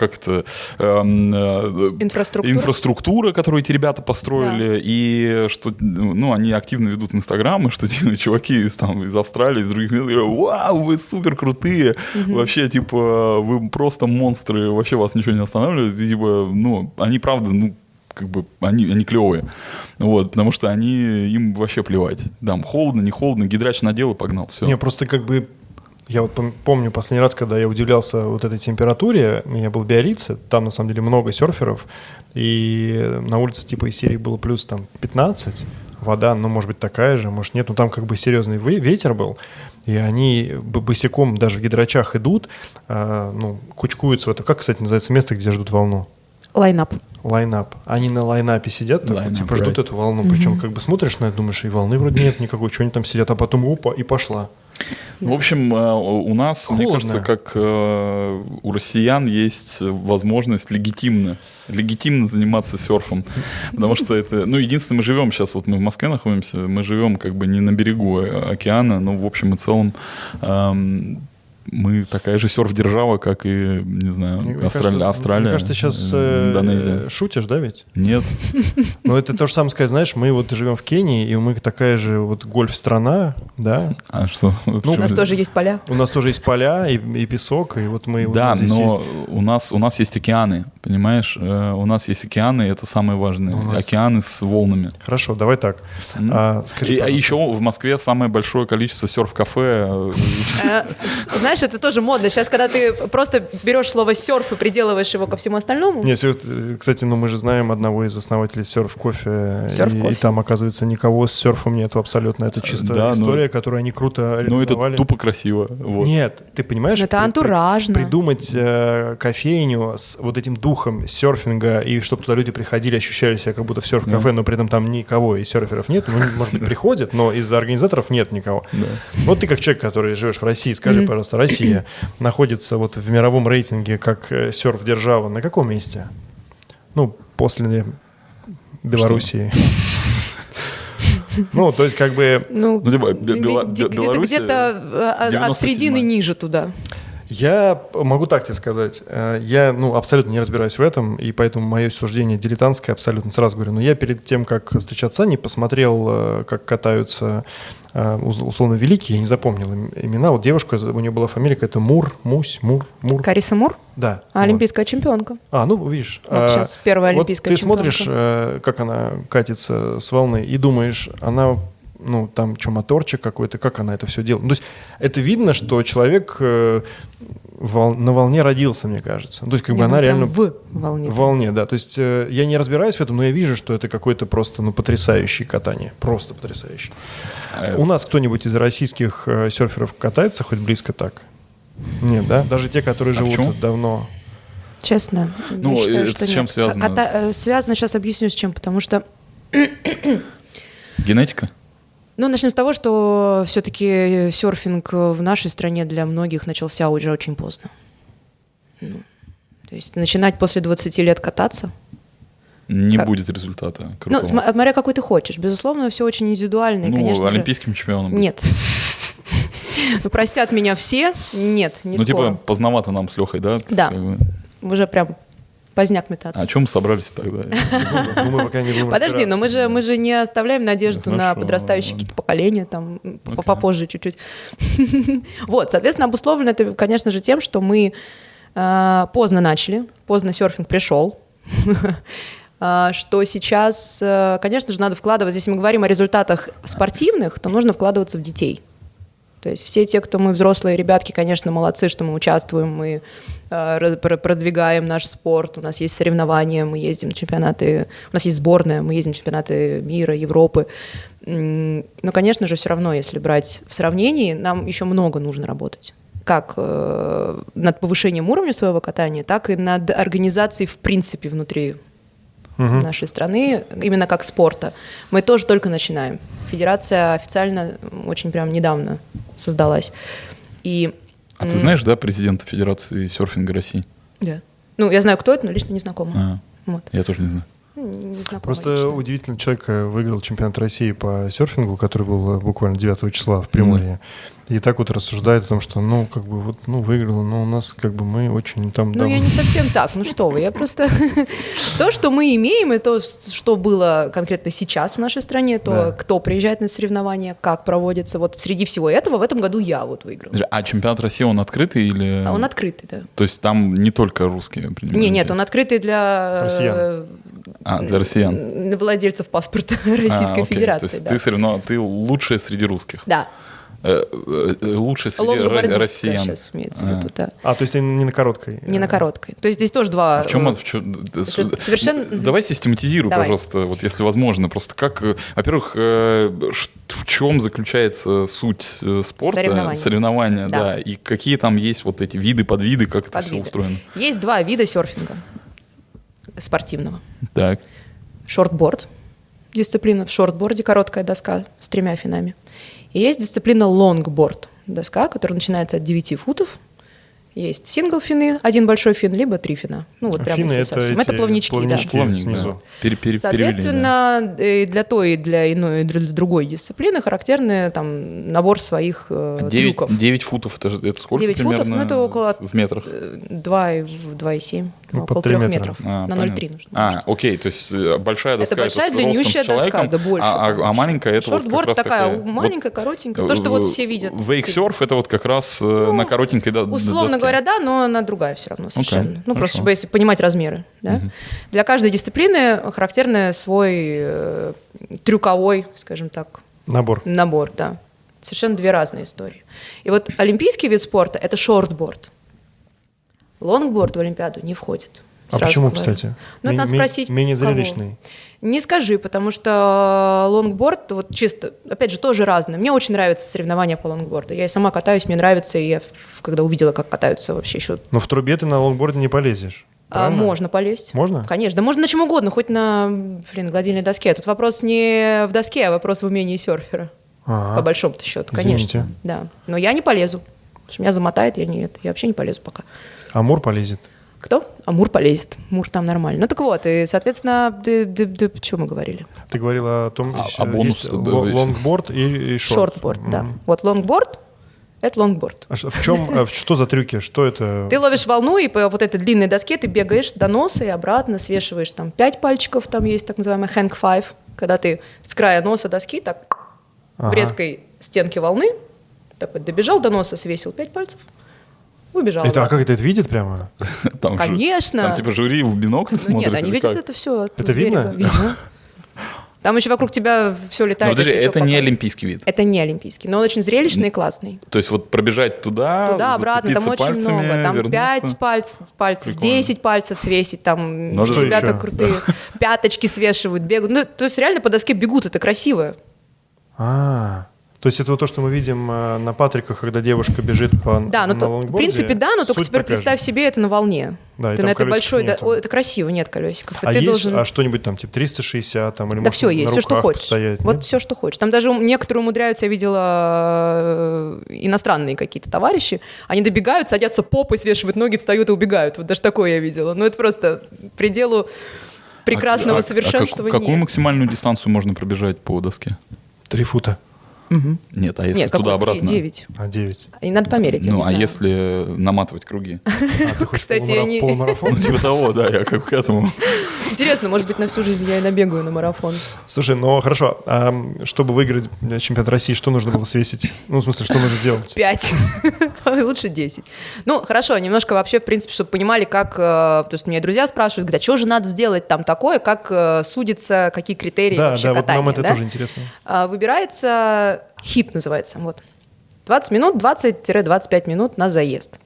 инфраструктура, которую эти ребята построили, и что, они активно ведут Инстаграм, и что чуваки из Австралии, из других мест говорят: вау, вы супер крутые, вообще, вы просто монстры, вообще вас ничего не останавливает, и, они правда, они клевые, вот, потому что им вообще плевать. Там холодно, не холодно, гидрач надел и погнал, все. Не, просто я вот помню последний раз, когда я удивлялся вот этой температуре, я был в Биаррице, там на самом деле много серферов, и на улице из серии было плюс 15, вода, может быть такая же, может нет, но там серьезный ветер был, и они босиком даже в гидрачах идут, кучкуются в это, как, кстати, называется место, где ждут волну? Лайнап. Они на лайнапе сидят, ждут эту волну. Причем смотришь на это, думаешь, и волны вроде нет никакой, что они там сидят, а потом опа, и пошла. В общем, у нас, холодно. Мне кажется, как у россиян есть возможность легитимно заниматься серфом. Потому что это... единственное, мы живем сейчас, вот мы в Москве находимся, мы живем не на берегу океана, но в общем и целом... Мы такая же серф-держава, как и, не знаю, Австралия. Мне кажется, ты сейчас шутишь, да, ведь? Нет. Ну, это то же самое сказать, знаешь, мы вот живем в Кении, и мы такая же вот гольф-страна, да? А что? У нас тоже есть поля. У нас тоже есть поля и песок, и вот мы... Да, но у нас есть океаны, понимаешь? У нас есть океаны, и это самое важное. Океаны с волнами. Хорошо, давай так. Скажи, а еще в Москве самое большое количество серф-кафе. Знаешь, это тоже модно. Сейчас, когда ты просто берешь слово «серф» и приделываешь его ко всему остальному. Нет, кстати, мы же знаем одного из основателей серф-кофе. И там, оказывается, никого с серфом нету абсолютно. Это чисто история, которую они круто реализовали. Это тупо красиво. Вот. Нет, ты понимаешь? Это антуражно. Придумать кофейню с вот этим духом серфинга, и чтобы туда люди приходили, ощущали себя как будто в серф-кафе, но при этом там никого из серферов нет. Может быть, приходят, но из-за организаторов нет никого. Вот ты как человек, который живешь в России, скажи, пожалуйста, Россия находится вот в мировом рейтинге как серф-держава на каком месте? После Белоруссии. То есть Белоруссия где-то от середины ниже туда. Я могу так тебе сказать. Я абсолютно не разбираюсь в этом, и поэтому мое суждение дилетантское абсолютно. Сразу говорю, но я перед тем, как встречаться, не посмотрел, как катаются условно великие, я не запомнил имена. Вот девушка, у нее была фамилия какая-то Мур. Кариса Мур? Да. Олимпийская чемпионка. Видишь. Вот сейчас первая олимпийская чемпионка. Ты смотришь, как она катится с волны, и думаешь, она... там что, моторчик какой-то, как она это все делает. То есть это видно, что человек на волне родился, мне кажется. То есть как бы она реально... В волне. В волне, да. То есть я не разбираюсь в этом, но я вижу, что это какое-то просто потрясающее катание. Просто потрясающее. У нас кто-нибудь из российских серферов катается хоть близко так? Нет, да? Даже те, которые живут почему? Давно. Честно, я считаю, что с чем нет. связано? Связано, сейчас объясню с чем, потому что... Генетика? Начнем с того, что все-таки серфинг в нашей стране для многих начался уже очень поздно. То есть начинать после 20 лет кататься... Не будет результата крутого. Смотря какой ты хочешь. Безусловно, все очень индивидуально. И, конечно олимпийским чемпионом быть. Нет. Простят меня все. Нет, не скоро. Поздновато нам с Лехой, да? Да. Уже прям поздняк метаться. А о чем мы собрались тогда? Подожди, но мы же не оставляем надежду на подрастающие какие-то поколения, там, попозже чуть-чуть. Вот, соответственно, обусловлено это, конечно же, тем, что мы поздно начали, поздно серфинг пришел, что сейчас, конечно же, надо вкладывать, если мы говорим о результатах спортивных, то нужно вкладываться в детей. То есть все те, кто мы взрослые ребятки, конечно, молодцы, что мы участвуем, мы продвигаем наш спорт, у нас есть соревнования, мы ездим на чемпионаты, у нас есть сборная, мы ездим на чемпионаты мира, Европы. Но, конечно же, все равно, если брать в сравнении, нам еще много нужно работать. Как над повышением уровня своего катания, так и над организацией в принципе внутри нашей страны, именно как спорта. Мы тоже только начинаем. Федерация официально очень прям недавно создалась. А ты знаешь, да, президента Федерации серфинга России? Да. Я знаю, кто это, но лично не знакома. Вот. Я тоже не знаю. Не знакома Просто лично. удивительно, человек выиграл чемпионат России по серфингу, который был буквально 9 числа в Приморье. И так вот рассуждает о том, что, выиграла, но у нас, мы очень там... я не совсем так, что вы, я просто... То, что мы имеем, и то, что было конкретно сейчас в нашей стране, то, кто приезжает на соревнования, как проводится, вот среди всего этого в этом году я выиграла. А чемпионат России, он открытый или... Он открытый, да. То есть там не только русские принимают? Нет, он открытый для... Россиян. Для россиян. Владельцев паспорта Российской Федерации. То есть ты лучшая среди русских? Да. Лучше среди россиян. Сейчас имеется в виду, да. То есть не на короткой? Не на короткой. То есть здесь тоже два... Совершенно... Давай систематизируй, пожалуйста, вот если возможно. Просто во-первых, в чем заключается суть спорта? Соревнования, да. И какие там есть вот эти виды, подвиды, как это все устроено? Есть два вида серфинга спортивного. Так. Шортборд. Дисциплина в шортборде, короткая доска с 3 финами. И есть дисциплина лонгборд, доска, которая начинается от 9 футов. Есть сингл-фины, 1 большой фин, либо 3 фина. Фины это плавнички, да. Снизу. Соответственно, для той, и для иной, и для другой дисциплины характерный набор своих трюков. 9 футов, это сколько 9 примерно футов, это около... В метрах? 2,7, около 3 метров. На 0,3 нужно. Окей, то есть большая доска, это большая длиннющая доска, да, больше. А маленькая это шортборд вот как раз такая маленькая, коротенькая, то, что вот все видят. Вейксерф это вот как раз на коротенькой доске. Условно говоря, да, но она другая все равно совершенно. Просто чтобы если понимать размеры. Да? Для каждой дисциплины характерный свой трюковой, скажем так, набор, да. Совершенно две разные истории. И вот олимпийский вид спорта – это шортборд. Лонгборд в Олимпиаду не входит. Почему, кстати? Это надо спросить, менее зрелищный. Не скажи, потому что лонгборд, вот чисто, опять же, тоже разное. Мне очень нравятся соревнования по лонгборду. Я и сама катаюсь, мне нравится, и я когда увидела, как катаются вообще еще... Но в трубе ты на лонгборде не полезешь. Можно полезть. Можно? Конечно. Да можно на чем угодно, хоть на гладильной доске. Тут вопрос не в доске, а вопрос в умении серфера. По большому-то счету, конечно. Да. Но я не полезу. Потому что меня замотает, я вообще не полезу пока. Амур полезет. Кто? Амур полезет. Мур там нормально. Ну так вот, и, соответственно, о чем мы говорили? Ты говорила о том, бонус, лонгборд и шортборд. Да. Вот лонгборд – Это лонгборд. А что за трюки? Что это? Ты ловишь волну, и по вот этой длинной доске ты бегаешь до носа и обратно, свешиваешь там 5 пальчиков, там есть так называемый hang five, когда ты с края носа доски так в резкой стенке волны так вот добежал до носа, свесил 5 пальцев, убежал. А как это видит прямо? Конечно. Там типа жюри в бинокль смотрят? Нет, они видят это все. Это видно? Видно. Там еще вокруг тебя все летает. Подожди, это не олимпийский вид? Это не олимпийский, но он очень зрелищный и классный. То есть вот пробежать туда обратно, там очень много. Там вернуться. 5 пальцев, 10 пальцев свесить, там ребята крутые, пяточки свешивают, бегают. Ну, то есть реально по доске бегут, это красиво. То есть это вот то, что мы видим на Патриках, когда девушка бежит на лонгборде? В принципе, да, но только теперь представь себе это на волне. Да, ты на этой большой, это красиво, нет колесиков. А что-нибудь там, типа 360, там, или да все есть, все, что хочешь. Постоять, вот все, что хочешь. Там даже некоторые умудряются, я видела иностранные какие-то товарищи, они добегают, садятся попой, свешивают ноги, встают и убегают. Вот даже такое я видела. Ну это просто к пределу прекрасного совершенствования. Какую максимальную дистанцию можно пробежать по доске? 3 фута. Нет, а если туда-обратно? 9. 9. И надо померить, Ну, а если наматывать круги? Кстати, они... Полумарафон? Типа того, да, я как к этому. Интересно, может быть, на всю жизнь я и набегаю на марафон. Слушай, ну хорошо, а чтобы выиграть чемпионат России, что нужно было свесить? Ну, в смысле, что нужно сделать? 5. Лучше 10. Ну, хорошо, немножко вообще, в принципе, чтобы понимали, как... Потому что меня друзья спрашивают, говорят, что же надо сделать там такое, как судится, какие критерии вообще катания. Да, вот нам это тоже интересно. Выбирается... Хит называется. Вот. 20 минут, 20-25 минут на заезд.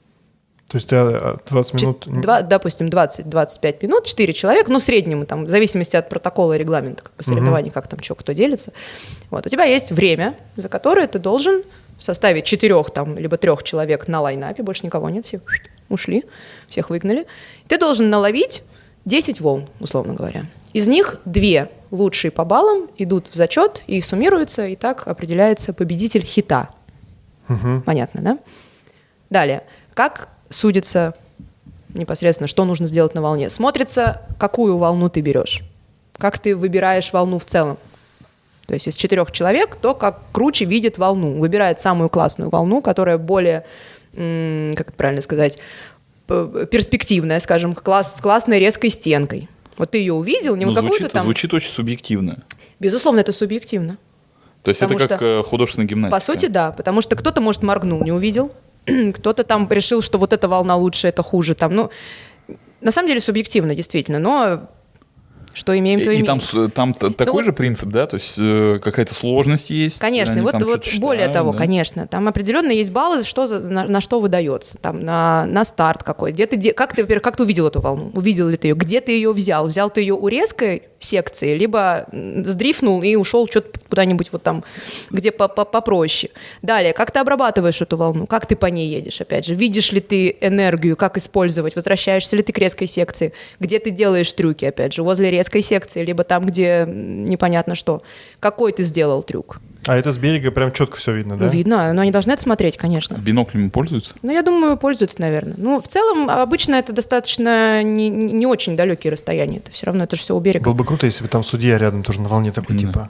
То есть 20 минут... Допустим, 20-25 минут, 4 человека, ну, в среднем, там, в зависимости от протокола и регламента как бы, соревнований, как там что, кто делится. Вот. У тебя есть время, за которое ты должен в составе 4 там, либо 3 человек на лайнапе, больше никого нет, все ушли, всех выгнали. Ты должен наловить 10 волн, условно говоря. Из них 2 лучшие по баллам идут в зачет и суммируются, и так определяется победитель хита. Понятно, да? Далее. Как судится непосредственно, что нужно сделать на волне? Смотрится, какую волну ты берешь. Как ты выбираешь волну в целом. То есть из 4 человек, то как круче видит волну. Выбирает самую классную волну, которая более, как это правильно сказать, перспективная, скажем, с классной резкой стенкой. Вот ты ее увидел, не какую-то там... Звучит очень субъективно. Безусловно, это субъективно. То есть это как художественная гимнастика? По сути, да, потому что кто-то, может, моргнул, не увидел, кто-то там решил, что вот эта волна лучше, это хуже. Там, ну, на самом деле субъективно, действительно, но... Что имеем, то имеем. И там такой же принцип, да? То есть какая-то сложность есть? Конечно, и вот более того, да? Конечно, там определенно есть баллы, на что выдается. Там на старт какой. Как ты увидел эту волну? Увидел ли ты ее? Где ты ее взял? Взял ты ее у резкой секции, либо сдрифнул и ушел что-то куда-нибудь вот там, где попроще. Далее, как ты обрабатываешь эту волну? Как ты по ней едешь, опять же? Видишь ли ты энергию, как использовать? Возвращаешься ли ты к резкой секции? Где ты делаешь трюки, опять же? Возле резкой секции, либо там, где непонятно что. Какой ты сделал трюк? А это с берега прям четко все видно, да? Ну, видно, но они должны это смотреть, конечно. Биноклями пользуются? Ну, я думаю, пользуются, наверное. Ну, в целом, обычно это достаточно не очень далекие расстояния. Это все равно, это же все у берега. Было бы круто, если бы там судья рядом тоже на волне такой, типа...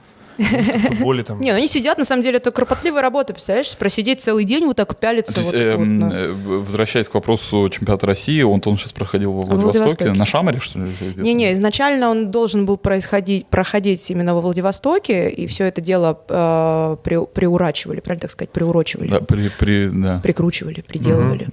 В футболе там. Не, ну они сидят, на самом деле, это кропотливая работа, представляешь? Просидеть целый день вот так пялиться. То есть, возвращаясь к вопросу чемпионата России, он сейчас проходил во Владивостоке. На Шамаре, что ли? Не, изначально он должен был проходить именно во Владивостоке, и все это дело приурачивали, правильно так сказать, приурочивали. Да, да. Прикручивали, приделывали.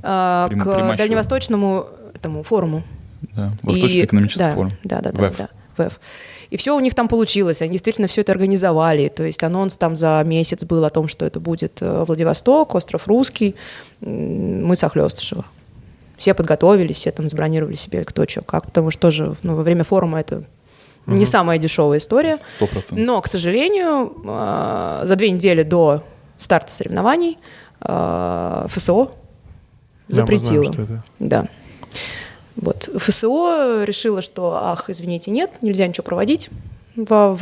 К Дальневосточному этому форуму. Да, Восточный экономический форум. Да, ВЭФ. И все у них там получилось, они действительно все это организовали, то есть анонс там за месяц был о том, что это будет Владивосток, остров Русский, мыс Охлёстышева. Все подготовились, все там забронировали себе кто что, как, потому что тоже во время форума это не самая дешевая история. 100%. Но, к сожалению, за 2 недели до старта соревнований ФСО запретило. Да, мы знаем, что это. Да. Вот. ФСО решила, что, извините, нет, нельзя ничего проводить в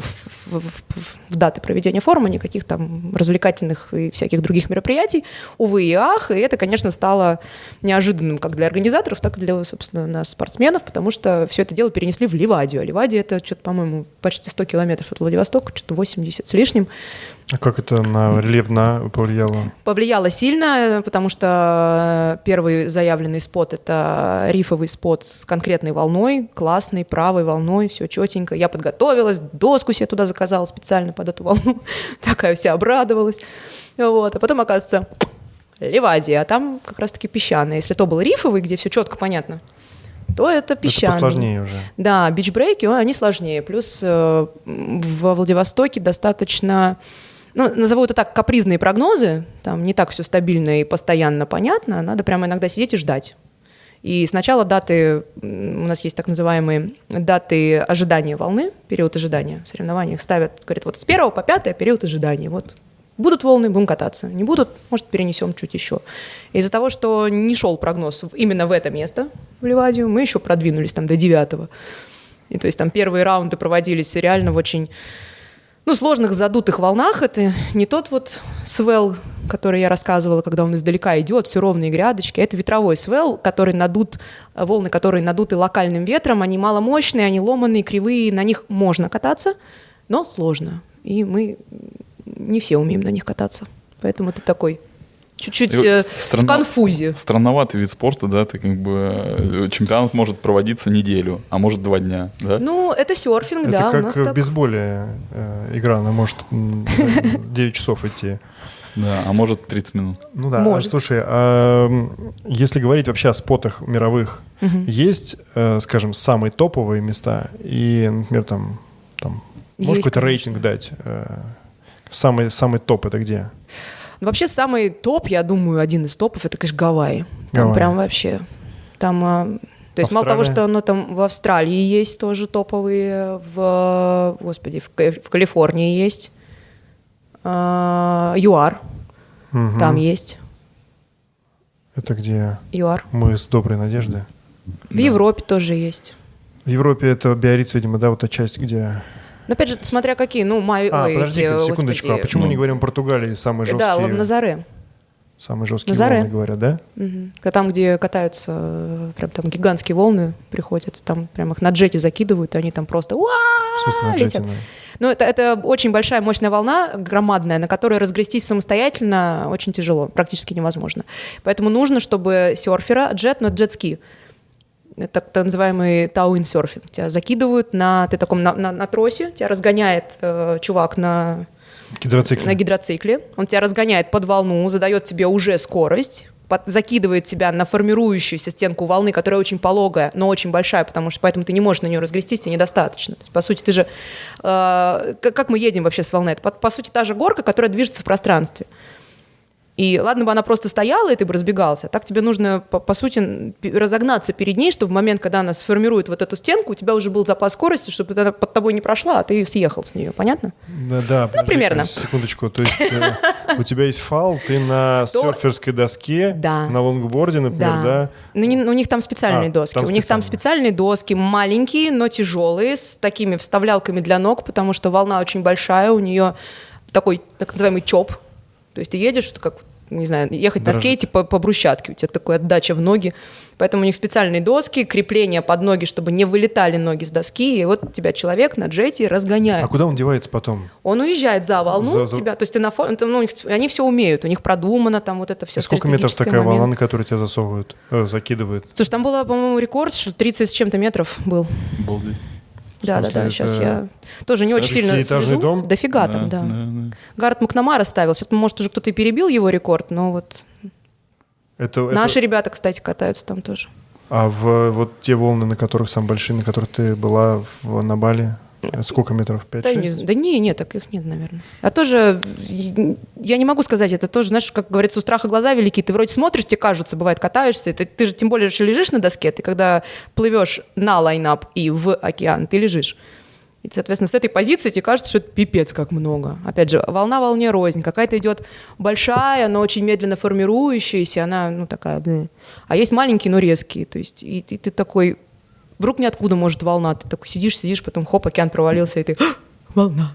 даты проведения форума, никаких там развлекательных и всяких других мероприятий. Увы и ах, и это, конечно, стало неожиданным как для организаторов, так и для, собственно, нас, спортсменов, потому что все это дело перенесли в Ливадию. А Ливадия — это что-то, по-моему, почти 100 километров от Владивостока, что-то 80 с лишним. А как это на рельеф дна повлияло? Повлияло сильно, потому что первый заявленный спот — это рифовый спот с конкретной волной, классной, правой волной, все четенько. Я подготовилась, доску себе туда заказала специально под эту волну, такая вся обрадовалась. Вот. А потом, оказывается, Ливадия, а там как раз-таки песчаная. Если то был рифовый, где все четко понятно, то это песчаный. Это посложнее уже. Да, бичбрейки, они сложнее. Плюс во Владивостоке достаточно... назову это так, капризные прогнозы, там не так все стабильно и постоянно понятно, надо прямо иногда сидеть и ждать. И сначала даты, у нас есть так называемые даты ожидания волны, период ожидания в соревнованиях ставят, говорят, вот с 1 по 5 период ожидания, вот будут волны, будем кататься, не будут, может, перенесем чуть еще. И из-за того, что не шел прогноз именно в это место, в Ливадию, мы еще продвинулись там до 9. И то есть там первые раунды проводились реально в очень... сложных задутых волнах. Это не тот вот свел, который я рассказывала, когда он издалека идет, все ровные грядочки. Это ветровой свел, который волны, которые надуты локальным ветром, они маломощные, они ломаные, кривые, на них можно кататься, но сложно. И мы не все умеем на них кататься. Поэтому это такой чуть-чуть в конфузе. Странноватый вид спорта, да, ты как бы чемпионат может проводиться неделю, а может 2 дня, да? Это серфинг, это да. Это как в бейсболе игра, она может 9 часов идти. Да, а может 30 минут. Ну да, слушай, если говорить вообще о спотах мировых, есть, скажем, самые топовые места и, например, там можешь какой-то рейтинг дать? Самый топ это где? Вообще самый топ, я думаю, один из топов, это, конечно, Гавайи. Там прям вообще. Там, то есть мало того, что там в Австралии есть тоже топовые, в Калифорнии есть, ЮАР там есть. Это где? ЮАР. Мы с Доброй Надежды. В Европе тоже есть. В Европе это Биарриц, видимо, да, вот та часть, где... Опять же, смотря какие, подожди секундочку, а почему не говорим Португалии самые жесткие? Да, Назаре. Самые жесткие волны, говорят, да? Угу. Там, где катаются, прям там гигантские волны приходят, там прям их на джете закидывают, и они там просто в смысле на джете? Это очень большая, мощная волна, громадная, на которой разгрестись самостоятельно очень тяжело, практически невозможно. Поэтому нужно, чтобы серфера, но джет-ски, это так называемый тау-ин-серфинг. Тебя закидывают на тросе, тебя разгоняет чувак на гидроцикле. Он тебя разгоняет под волну, задает тебе уже скорость, закидывает тебя на формирующуюся стенку волны, которая очень пологая, но очень большая, поэтому ты не можешь на нее разгрестись, тебе недостаточно. То есть, по сути, ты же... как мы едем вообще с волной? Это, по сути, та же горка, которая движется в пространстве. И ладно бы она просто стояла, и ты бы разбегался, а так тебе нужно, по сути, разогнаться перед ней, чтобы в момент, когда она сформирует вот эту стенку, у тебя уже был запас скорости, чтобы она под тобой не прошла, а ты съехал с нее, понятно? Да, примерно. Секундочку, то есть у тебя есть фал, ты на серферской доске, на лонгборде, например, да? У них там специальные доски, у них там специальные доски, маленькие, но тяжелые, с такими вставлялками для ног, потому что волна очень большая, у нее такой так называемый чоп. То есть ты едешь, как, не знаю, ехать на скейте по брусчатке, у тебя такая отдача в ноги. Поэтому у них специальные доски, крепления под ноги, чтобы не вылетали ноги с доски. И вот тебя человек на джете разгоняет. А куда он девается потом? Он уезжает за волну тебя. То есть ты они все умеют, у них продумано там вот это все. Сколько метров такая волна, на которую тебя закидывают? Слушай, там было, по-моему, рекорд, что 30 с чем-то метров был. Обалдеть. Да, сейчас я тоже не очень сильно слежу. Дом? Дофига там, да. Гаррет Макнамара ставил. Сейчас, может, уже кто-то и перебил его рекорд, но вот... Наши ребята, кстати, катаются там тоже. А вот те волны, на которых самые большие, на которых ты была на Бали, сколько метров? 5-6? Нет, таких нет, наверное. А тоже, я не могу сказать, это тоже, знаешь, как говорится, у страха глаза велики. Ты вроде смотришь, тебе кажется, бывает, катаешься. Ты же тем более что лежишь на доске, ты когда плывешь на лайнап и в океан, ты лежишь. И, соответственно, с этой позиции тебе кажется, что это пипец как много. Опять же, волна волне рознь. Какая-то идет большая, но очень медленно формирующаяся, она, такая... А есть маленькие, но резкие. То есть и ты такой... Вдруг ниоткуда может волна. Ты такой сидишь, потом хоп, океан провалился, и ты... волна.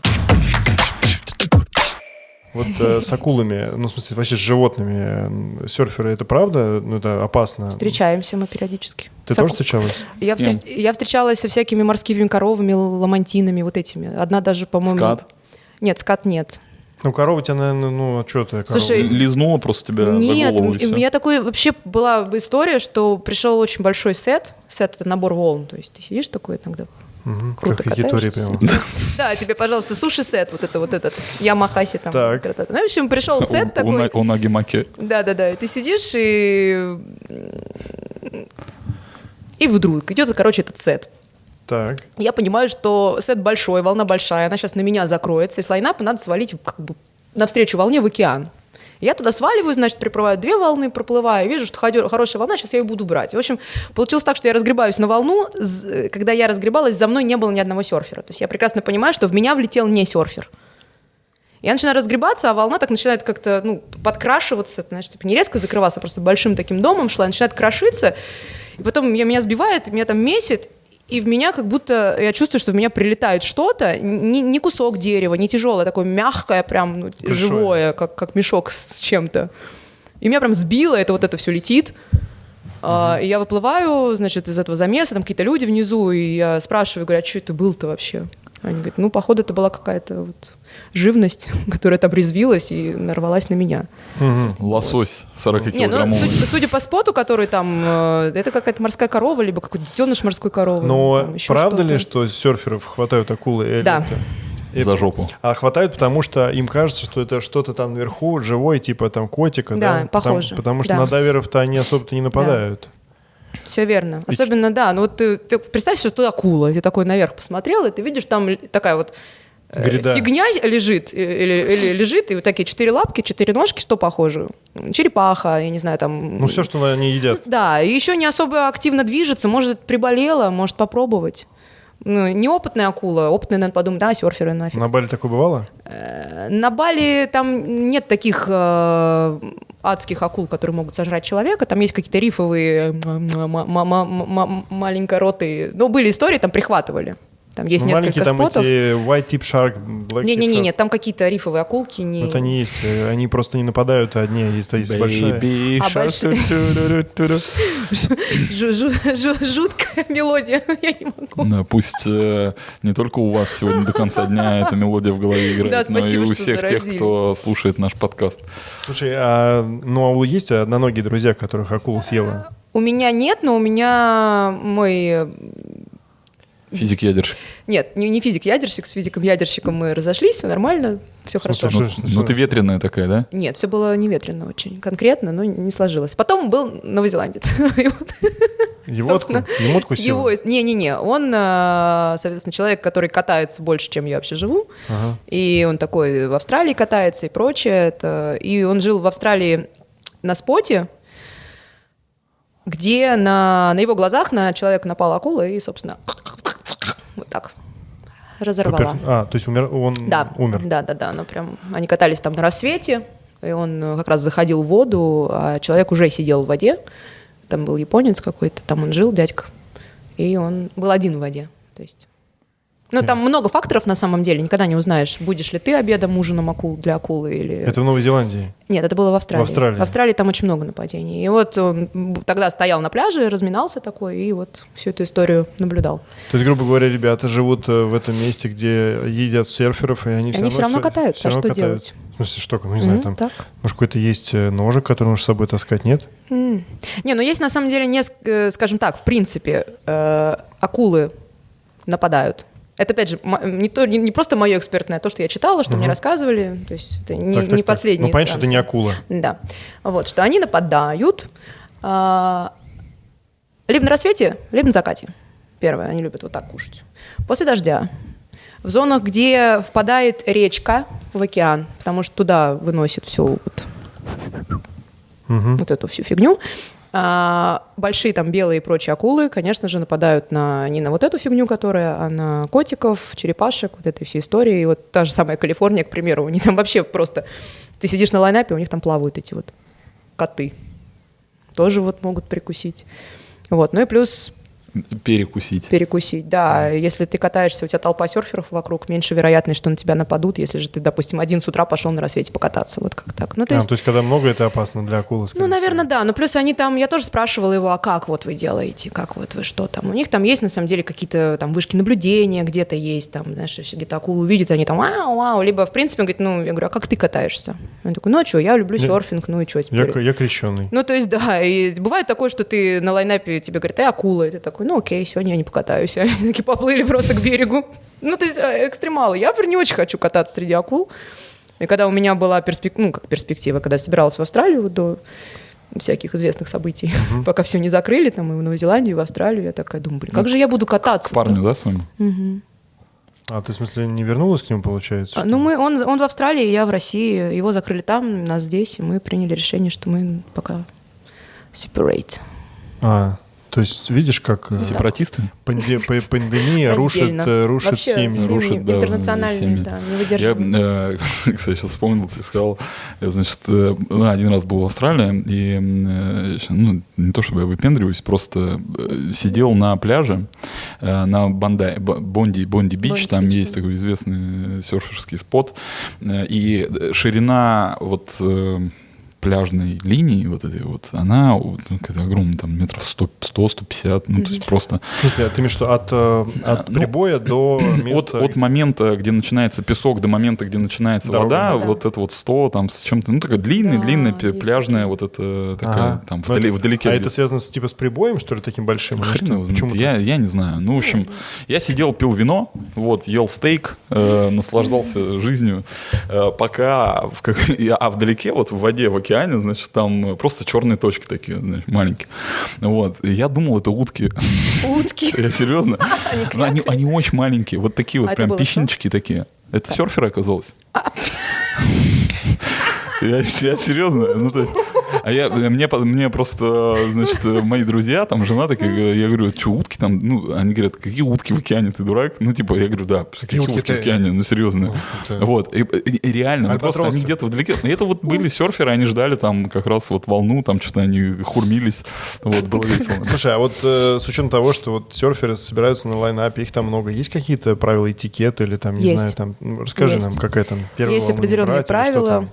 Вот с акулами, в смысле, вообще с животными, серферы, это правда? Это опасно? Встречаемся мы периодически. Ты тоже встречалась? Я встречалась со всякими морскими коровами, ламантинами, вот этими. Одна даже, по-моему... Скат? Нет, скат нет. Ну, корова тебя, наверное, ну, что ты? Слушай, лизнула просто тебя нет, за голову и все. У меня такой вообще была история, что пришел очень большой сет. Сет — это набор волн. То есть ты сидишь такой иногда, круто катаешься. Да, тебе, пожалуйста, суши-сет, вот этот, Ямахаси там. Так. Ну, в общем, пришел сет такой. Унаги-маки. Да, и ты сидишь, и вдруг идет, короче, этот сет. Так. Я понимаю, что сет большой, волна большая, она сейчас на меня закроется, и с лайнапа надо свалить как бы навстречу волне в океан. Я туда сваливаю, значит, приплываю 2 волны, проплываю, вижу, что хорошая волна, сейчас я ее буду брать. В общем, получилось так, что я разгребаюсь на волну. Когда я разгребалась, за мной не было ни одного серфера. То есть я прекрасно понимаю, что в меня влетел не серфер. Я начинаю разгребаться, а волна так начинает как-то, подкрашиваться, знаешь, типа не резко закрываться, а просто большим таким домом шла, начинает крошиться. И потом меня сбивает, меня там месит, и в меня как будто, я чувствую, что в меня прилетает что-то, не кусок дерева, не тяжелое, такое мягкое, прям живое, как мешок с чем-то. И меня прям сбило, это все летит. И я выплываю, значит, из этого замеса, там какие-то люди внизу, и я спрашиваю, говорю, а что это было-то вообще? Они говорят, походу, это была какая-то живность, которая там резвилась и нарвалась на меня. Лосось 40-килограммовый. Судя по споту, который там, это какая-то морская корова, либо какой-то детеныш морской коровы. Но правда ли, что серферов хватают акулы? Да. За жопу. А хватают, потому что им кажется, что это что-то там наверху, живое, типа там котика. Да, похоже. Потому что на дайверов-то они особо-то не нападают. Да. Все верно. Особенно, да. Ну вот ты представь, что тут акула. Ты такой наверх посмотрел, и ты видишь, там такая вот фигня лежит, или лежит, и вот такие 4 лапки, 4 ножки, что похоже? Черепаха, я не знаю, там... Ну, все, что они едят. Да, и еще не особо активно движется, может, приболела, может попробовать. Неопытная акула, опытная, наверное, подумать, да, серферы нафиг. На Бали такое бывало? На Бали там нет таких адских акул, которые могут сожрать человека. Там есть какие-то рифовые маленькоротые. Ну, были истории, там прихватывали. Там есть несколько спотов. Там эти white tip shark, black tip shark. Нет, там какие-то рифовые акулки. Вот они есть, они просто не нападают, а одни есть большая. Жуткая мелодия, я не могу. Да, пусть не только у вас сегодня до конца дня эта мелодия в голове играет, но и у всех тех, кто слушает наш подкаст. Слушай, а есть одноногие друзья, которых акула съела? У меня нет, но у меня мой... Физик-ядерщик. Нет, не физик-ядерщик, с физиком-ядерщиком мы разошлись, все нормально, все хорошо. Ну ты ветреная такая, да? Нет, все было не ветрено очень конкретно, но не сложилось. Потом был новозеландец. Емотку съел? Не, он, соответственно, человек, который катается больше, чем я вообще живу. И он такой в Австралии катается и прочее. И он жил в Австралии на споте, где на его глазах на человека напала акула и, собственно, вот так разорвала. То есть он умер? Да. Они катались там на рассвете, и он как раз заходил в воду, а человек уже сидел в воде. Там был японец какой-то, там он жил, дядька, и он был один в воде. То есть... там много факторов на самом деле, никогда не узнаешь, будешь ли ты обедом, ужином для акулы или... Это в Новой Зеландии? Нет, это было в Австралии. В Австралии там очень много нападений. И вот он тогда стоял на пляже, разминался такой, и вот всю эту историю наблюдал. То есть, грубо говоря, ребята живут в этом месте, где едят серферов, и они все равно катаются, а что делать? В смысле, что? Не знаю, там, так. Может, какой-то есть ножик, который нужно с собой таскать, нет? Есть на самом деле, скажем так, в принципе, акулы нападают. Это, опять же, не просто мое экспертное, а то, что я читала, что мне рассказывали. То есть это не последние. Ну, понятно, что это не акула. Да. Вот, что они нападают либо на рассвете, либо на закате. Первое, они любят вот так кушать. После дождя. В зонах, где впадает речка в океан, потому что туда выносит всю вот эту всю фигню. Большие там белые и прочие акулы, конечно же, нападают не на вот эту фигню, а на котиков, черепашек, вот этой всей истории. И вот та же самая Калифорния, к примеру, у них там вообще просто... Ты сидишь на лайнапе, у них там плавают эти вот коты. Тоже вот могут прикусить. Вот. Ну и плюс Перекусить, да. Если ты катаешься, у тебя толпа серферов вокруг, меньше вероятность, что на тебя нападут, если же ты, допустим, один с утра пошел на рассвете покататься, вот как так. То есть, когда много, это опасно для акулы, Ну, наверное, да. Но плюс они там, я тоже спрашивала его, а как вот вы делаете, как вот вы что там? У них там есть, на самом деле, какие-то там вышки наблюдения, где-то есть, там, знаешь, если где-то акулу увидят, они там, вау, либо, в принципе, он говорит, я говорю, а как ты катаешься? Он такой, а что, я люблю серфинг, и что теперь? Я крещеный. То есть, да, и бывает такое, что ты на лайнапе, тебе говорят, акула, и ты такой, окей, сегодня я не покатаюсь, они такие поплыли просто к берегу. То есть, экстремалы. Я не очень хочу кататься среди акул. И когда у меня была перспектива, когда я собиралась в Австралию до всяких известных событий, пока все не закрыли, там, и в Новую Зеландию, и в Австралию, я такая думаю, как же я буду кататься? К парню, да, своему? А ты, в смысле, не вернулась к нему, получается? Он в Австралии, я в России, его закрыли там, нас здесь, и мы приняли решение, что мы пока separate. То есть, видишь, как сепаратисты? Пандемия рушит семьи. Рушит, да, интернациональные, семьи. Да, не выдерживают. Я, кстати, сейчас вспомнил, ты сказал, я, значит, один раз был в Австралии, и, не то чтобы я выпендриваюсь, просто сидел на пляже, на Бонди-Бич, там есть такой известный серферский спот, и ширина пляжной линии вот этой вот, она какая-то огромная, там метров 100-150, то есть просто... В смысле, ты имеешь в виду от прибоя до места... От момента, где начинается песок, до момента, где начинается вода, вот это вот 100 там с чем-то, такая длинная пляжная вот это такая там вдалеке. А это связано с прибоем, что ли, таким большим? Хрен его знает, я не знаю. В общем, я сидел, пил вино, ел стейк, наслаждался жизнью, пока... А вдалеке, вот в воде, в океане, значит, там просто черные точки такие, значит, маленькие. И я думал, это утки. Утки? Я серьезно? Они очень маленькие, вот такие вот прям песчиночки такие. Это серферы оказалось. Я серьезно. Мне просто, значит, мои друзья, там, жена такая, я говорю, что, утки там? Они говорят, какие утки в океане, ты дурак? Я говорю, да, какие утки в океане, серьезно. И реально, просто они где-то вдалеке. И это были серферы, они ждали там как раз волну, там что-то они хурмились. Было весело. Слушай, а с учетом того, что серферы собираются на лайнапе, их там много, есть какие-то правила этикета или там, не знаю, там, расскажи нам, какая там первая волна? Есть определенные правила.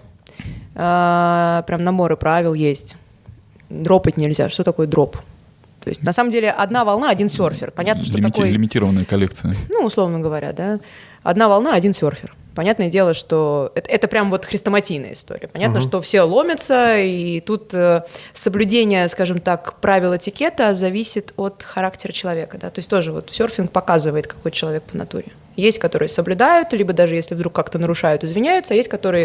Прям наборы правил есть. Дропать нельзя. Что такое дроп? То есть, на самом деле, одна волна, один серфер. Понятно, что такое... Лимитированная коллекция. Условно говоря, да. Одна волна, один серфер. Понятное дело, что это прям хрестоматийная история. Понятно, что все ломятся, и тут соблюдение, скажем так, правил этикета зависит от характера человека. Да? То есть тоже серфинг показывает, какой человек по натуре. Есть, которые соблюдают, либо даже если вдруг как-то нарушают, извиняются, а есть, которые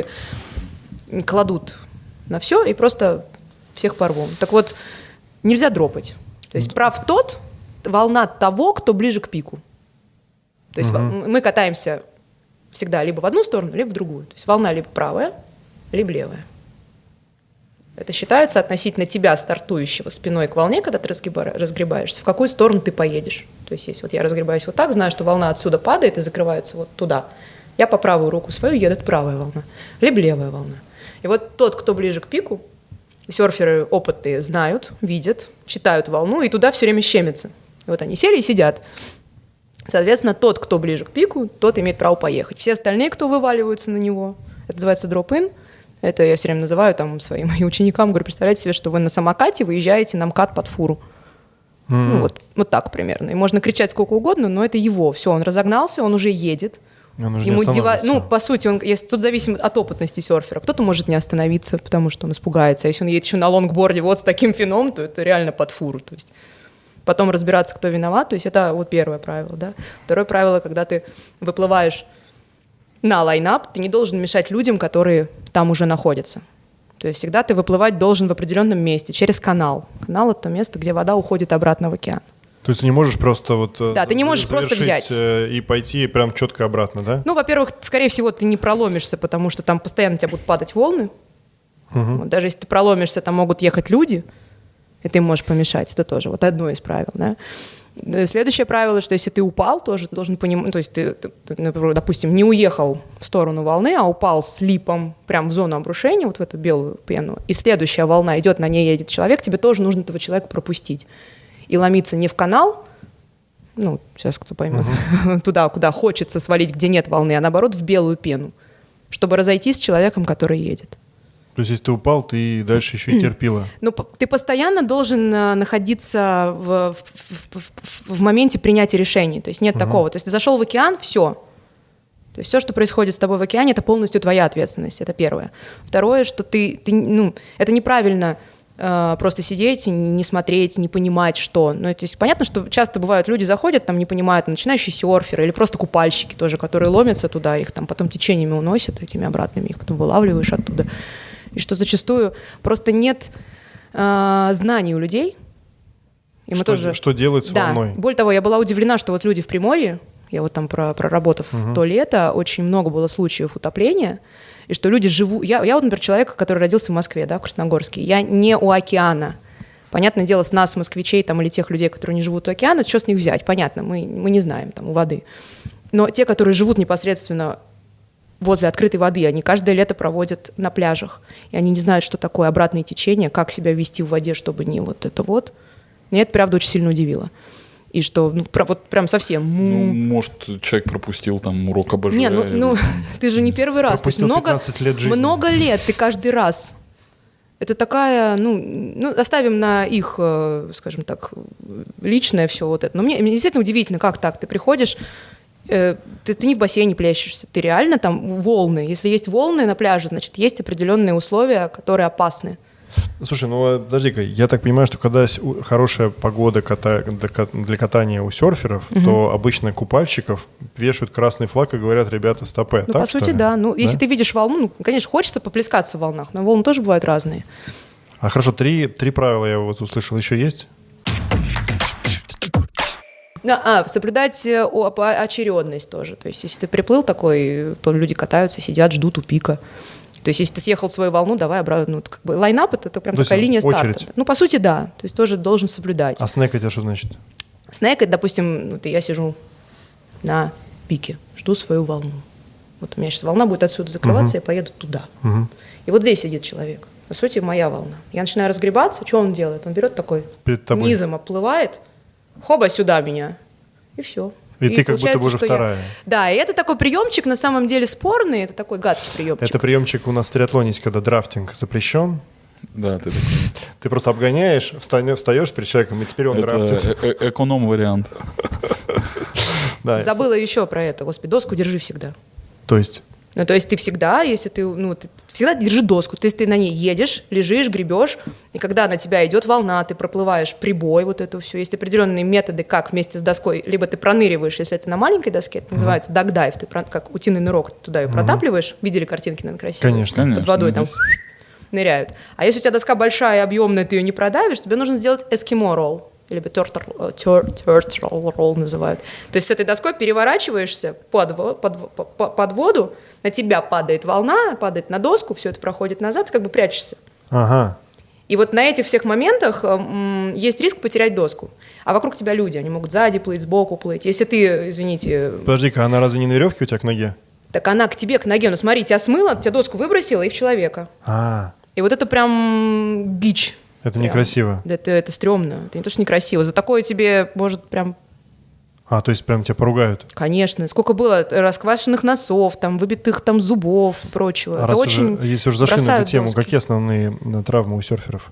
кладут на все и просто всех порвем. Так вот, нельзя дропать. То есть прав волна того, кто ближе к пику. То есть мы катаемся всегда либо в одну сторону, либо в другую. То есть волна либо правая, либо левая. Это считается относительно тебя, стартующего, спиной к волне, когда ты разгребаешься, в какую сторону ты поедешь. То есть если я разгребаюсь так, знаю, что волна отсюда падает и закрывается туда. Я по правую руку свою еду, это правая волна, либо левая волна. И тот, кто ближе к пику, серферы опытные знают, видят, читают волну, и туда все время щемятся. Они сели и сидят. Соответственно, тот, кто ближе к пику, тот имеет право поехать. Все остальные, кто вываливаются на него, это называется дроп-ин. Это я все время называю своим ученикам, говорю, представляете себе, что вы на самокате выезжаете на МКАД под фуру. Вот так примерно. И можно кричать сколько угодно, но это его. Все, он разогнался, он уже едет. По сути, тут зависит от опытности серфера. Кто-то может не остановиться, потому что он испугается. А если он едет еще на лонгборде с таким феном, то это реально под фуру. То есть потом разбираться, кто виноват. То есть это первое правило. Да? Второе правило, когда ты выплываешь на лайнап, ты не должен мешать людям, которые там уже находятся. То есть всегда ты выплывать должен в определенном месте, через канал. Канал — это то место, где вода уходит обратно в океан. То есть ты не можешь просто ты не можешь просто взять и пойти прям четко обратно, да? Во-первых, скорее всего, ты не проломишься, потому что там постоянно тебя будут падать волны. Даже если ты проломишься, там могут ехать люди, и ты им можешь помешать. Это тоже одно из правил, да? Следующее правило, что если ты упал, тоже ты должен понимать, то есть ты, допустим, не уехал в сторону волны, а упал с липом прямо в зону обрушения, в эту белую пену, и следующая волна идет, на ней едет человек, тебе тоже нужно этого человека пропустить. И ломиться не в канал, ну, сейчас кто поймет, туда, куда хочется свалить, где нет волны, а наоборот в белую пену, чтобы разойтись с человеком, который едет. То есть, если ты упал, ты дальше еще и терпила. Ну, ты постоянно должен находиться в моменте принятия решений. То есть нет такого. То есть ты зашел в океан, все. То есть все, что происходит с тобой в океане, это полностью твоя ответственность. Это первое. Второе, что это неправильно просто сидеть, не смотреть, не понимать, что. Ну, то есть понятно, что часто бывают, люди заходят, там не понимают, начинающие серферы или просто купальщики тоже, которые ломятся туда, их там потом течениями уносят этими обратными, их потом вылавливаешь оттуда. И что зачастую просто нет знаний у людей. И мы что делать с волной? Более того, я была удивлена, что вот люди в Приморье, я вот там проработав то лето, очень много было случаев утопления, и что люди живут... Я вот, например, человек, который родился в Москве, да, в Красногорске, я не у океана. Понятное дело, с нас, москвичей, там, или тех людей, которые не живут у океана, что с них взять? Понятно, мы не знаем, там, у воды. Но те, которые живут непосредственно возле открытой воды, они каждое лето проводят на пляжах, и они не знают, что такое обратное течение, как себя вести в воде, чтобы не вот это вот. Меня это, правда, очень сильно удивило. И что, вот прям совсем... Ну, может, человек пропустил там урок ОБЖ. Не, ты же не первый раз. Пропустил 15 лет жизни. Много лет, ты каждый раз. Это такая, оставим на их, скажем так, личное все вот это. Но мне действительно удивительно, как так, ты приходишь... Ты не в бассейне плещешься, ты реально там волны. Если есть волны на пляже, значит, есть определенные условия, которые опасны. Слушай, подожди-ка, я так понимаю, что когда хорошая погода для катания у серферов, то обычно купальщиков вешают красный флаг и говорят: ребята, стопэ. По сути, да. Если ты видишь волну, конечно, хочется поплескаться в волнах, но волны тоже бывают разные. А хорошо, три правила я вот услышал, еще есть? Соблюдать очередность тоже. То есть, если ты приплыл такой, то люди катаются, сидят, ждут у пика. То есть, если ты съехал в свою волну, давай обратно. Лайнап — это прям такая линия очередь. Старта. По сути, да. То есть, тоже должен соблюдать. А снэкать это что значит? Снэкать, допустим, я сижу на пике, жду свою волну. Вот у меня сейчас волна будет отсюда закрываться, я поеду туда. И вот здесь сидит человек. По сути, моя волна. Я начинаю разгребаться, что он делает? Он берет такой, низом оплывает, хоба сюда меня, и все. И ты как будто бы уже вторая. Да, и это такой приемчик, на самом деле спорный, это такой гадкий приемчик. Это приемчик у нас в триатлоне есть, когда драфтинг запрещен. Да, ты просто обгоняешь, встаешь перед человеком, и теперь он драфтит. Эконом-вариант. Забыла еще про это. Господи, доску держи всегда. То есть? То есть ты всегда, если ты всегда держи доску. То есть ты на ней едешь, лежишь, гребешь, и когда на тебя идет волна, ты проплываешь прибой, вот это все. Есть определенные методы, как вместе с доской, либо ты проныриваешь, если это на маленькой доске, это называется дагдайв, ты как утиный нырок, ты туда ее протапливаешь. Видели картинки, наверное, красивые? Конечно. Под водой там ныряют. А если у тебя доска большая, объемная, ты ее не продавишь, тебе нужно сделать эскимо-ролл. Либо turtle roll называют. То есть с этой доской переворачиваешься под воду, на тебя падает волна, падает на доску, все это проходит назад, ты как бы прячешься. Ага. И вот на этих всех моментах есть риск потерять доску. А вокруг тебя люди, они могут сзади плыть, сбоку плыть. Если ты, извините... Подожди-ка, она разве не на веревке у тебя к ноге? Так она к тебе, к ноге. Ну смотри, тебя смыло, тебя доску выбросила и в человека. И вот это прям бич. Это некрасиво. Да, это стрёмно. Это не то, что некрасиво. За такое тебе может прям... То есть прям тебя поругают? Конечно. Сколько было расквашенных носов, там, выбитых там зубов и прочего. Это очень если уже зашли на эту тему, доски. Какие основные травмы у серферов?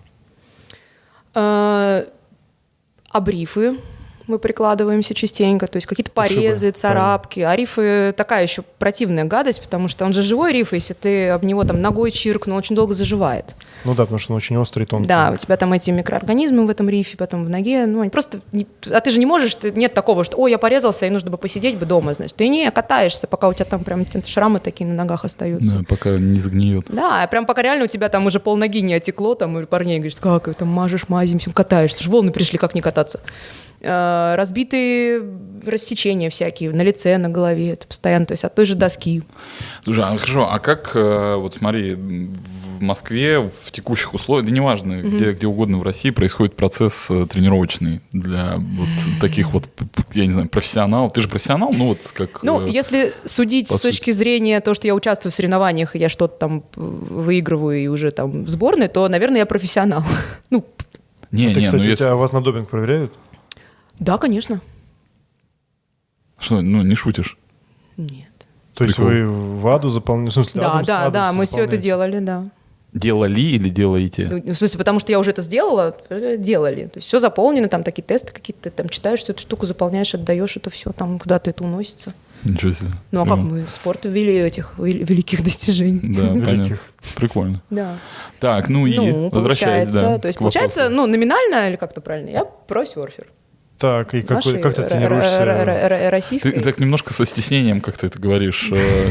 Обрифы мы прикладываемся частенько, то есть какие-то порезы, царапки. А рифы такая еще противная гадость, потому что он же живой риф, если ты об него там ногой чиркнул, очень долго заживает. Ну да, потому что он очень острый, тонкий. Да, у тебя там эти микроорганизмы в этом рифе, потом в ноге, они просто... А ты же не можешь, нет такого, что, я порезался, и нужно бы посидеть бы дома, значит. Ты не катаешься, пока у тебя там прям шрамы такие на ногах остаются. Да, пока не загниет. Да, прям пока реально у тебя там уже полноги не отекло, там, и парней говоришь, как ты там мажешь, мазимся, катаешься, ж волны пришли, как не кататься. Разбитые рассечения всякие на лице, на голове, это постоянно, то есть от той же доски. Слушай, хорошо, а как, вот смотри, в Москве в текущих условиях, да неважно, где угодно в России происходит процесс тренировочный для вот таких вот, я не знаю, профессионалов. Ты же профессионал, как... если судить с точки зрения того, что я участвую в соревнованиях, и я что-то там выигрываю и уже там в сборной, то, наверное, я профессионал. Кстати, у вас на допинг проверяют? Да, конечно. Что, не шутишь? Нет. То есть вы воду заполняли? В смысле, Да, мы все это делали, да. Делали или делаете? Ну, в смысле, потому что я уже это сделала, делали. То есть все заполнено, там такие тесты какие-то, там читаешь, что эту штуку заполняешь, отдаешь это все, там куда-то это уносится. Ничего себе. Ну а как мы спорт ввели этих великих достижений? Да, понятно. Прикольно. Да. Так, и возвращаясь, да. То есть получается, номинально, или как-то правильно, я про-серфер. Так, и как ты тренируешься? Российской. Ты так немножко со стеснением как-то это говоришь.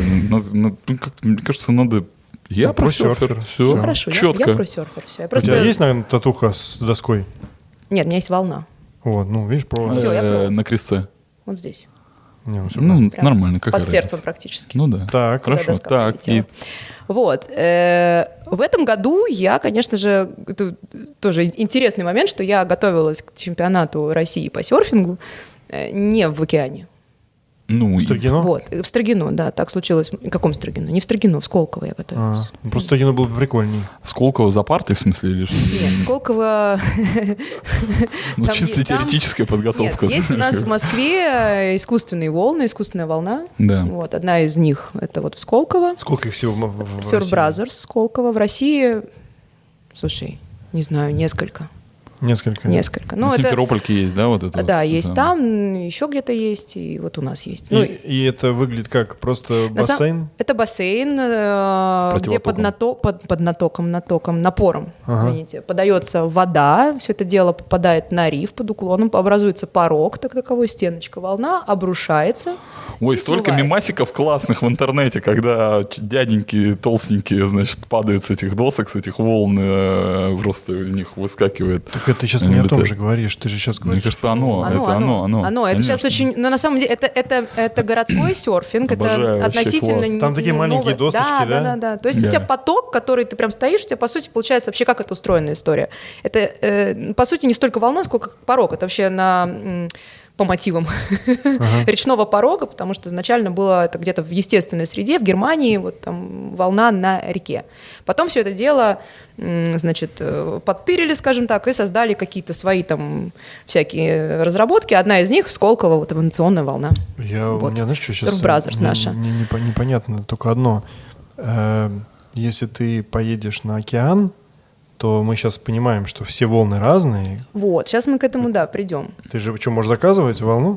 Мне кажется, надо... Я про-серфер. Все, хорошо, четко. Я про-серфер. У тебя есть, наверное, татуха с доской? Нет, у меня есть волна. Вот, видишь, про... Все, я про. На крестце. Вот здесь. Нормально, какая под сердцем практически. Ну да. Так, хорошо. Так, Вот. В этом году я, конечно же, это тоже интересный момент, что я готовилась к чемпионату России по серфингу не в океане. В Строгино? Вот, в Строгино, да, так случилось. В каком Строгино? Не в Строгино, в Сколково я готовилась. Просто Строгино было бы прикольнее. Сколково за партой, в смысле, или что? Нет, Сколково... Чисто теоретическая подготовка. Нет, есть у нас в Москве искусственные волны, искусственная волна. Да. Вот, одна из них — это вот в Сколково. Сколько их всего в России? Surf Brothers, Сколково. В России, слушай, не знаю, несколько. Несколько. Ну, на Симферопольке есть, да, вот это? Да, есть там, еще где-то есть, и вот у нас есть. И это выглядит как просто бассейн? Это бассейн, где под напором, извините, подается вода, все это дело попадает на риф под уклоном, образуется порог, так таковой, стеночка, волна обрушается. Ой, столько мемасиков классных в интернете, когда дяденьки толстенькие, значит, падают с этих досок, с этих волн, просто у них выскакивает. Так ты сейчас не о том же говоришь, ты же сейчас говоришь. Мне кажется, оно. Это сейчас очень, но на самом деле это городской серфинг, это относительно. Там такие маленькие досточки, да? Да. То есть у тебя поток, который ты прям стоишь, у тебя по сути получается вообще как это устроенная история. Это по сути не столько волна, сколько порог. Это вообще по мотивам речного порога, потому что изначально было это где-то в естественной среде, в Германии, вот там волна на реке. Потом все это дело, значит, подтырили, скажем так, и создали какие-то свои там всякие разработки. Одна из них — Сколково, вот эволюционная волна. У меня, знаешь, что сейчас? Surf Brothers наша. Непонятно только одно. Если ты поедешь на океан, то мы сейчас понимаем, что все волны разные. Вот, сейчас мы к этому, придем. Ты же что, можешь заказывать волну?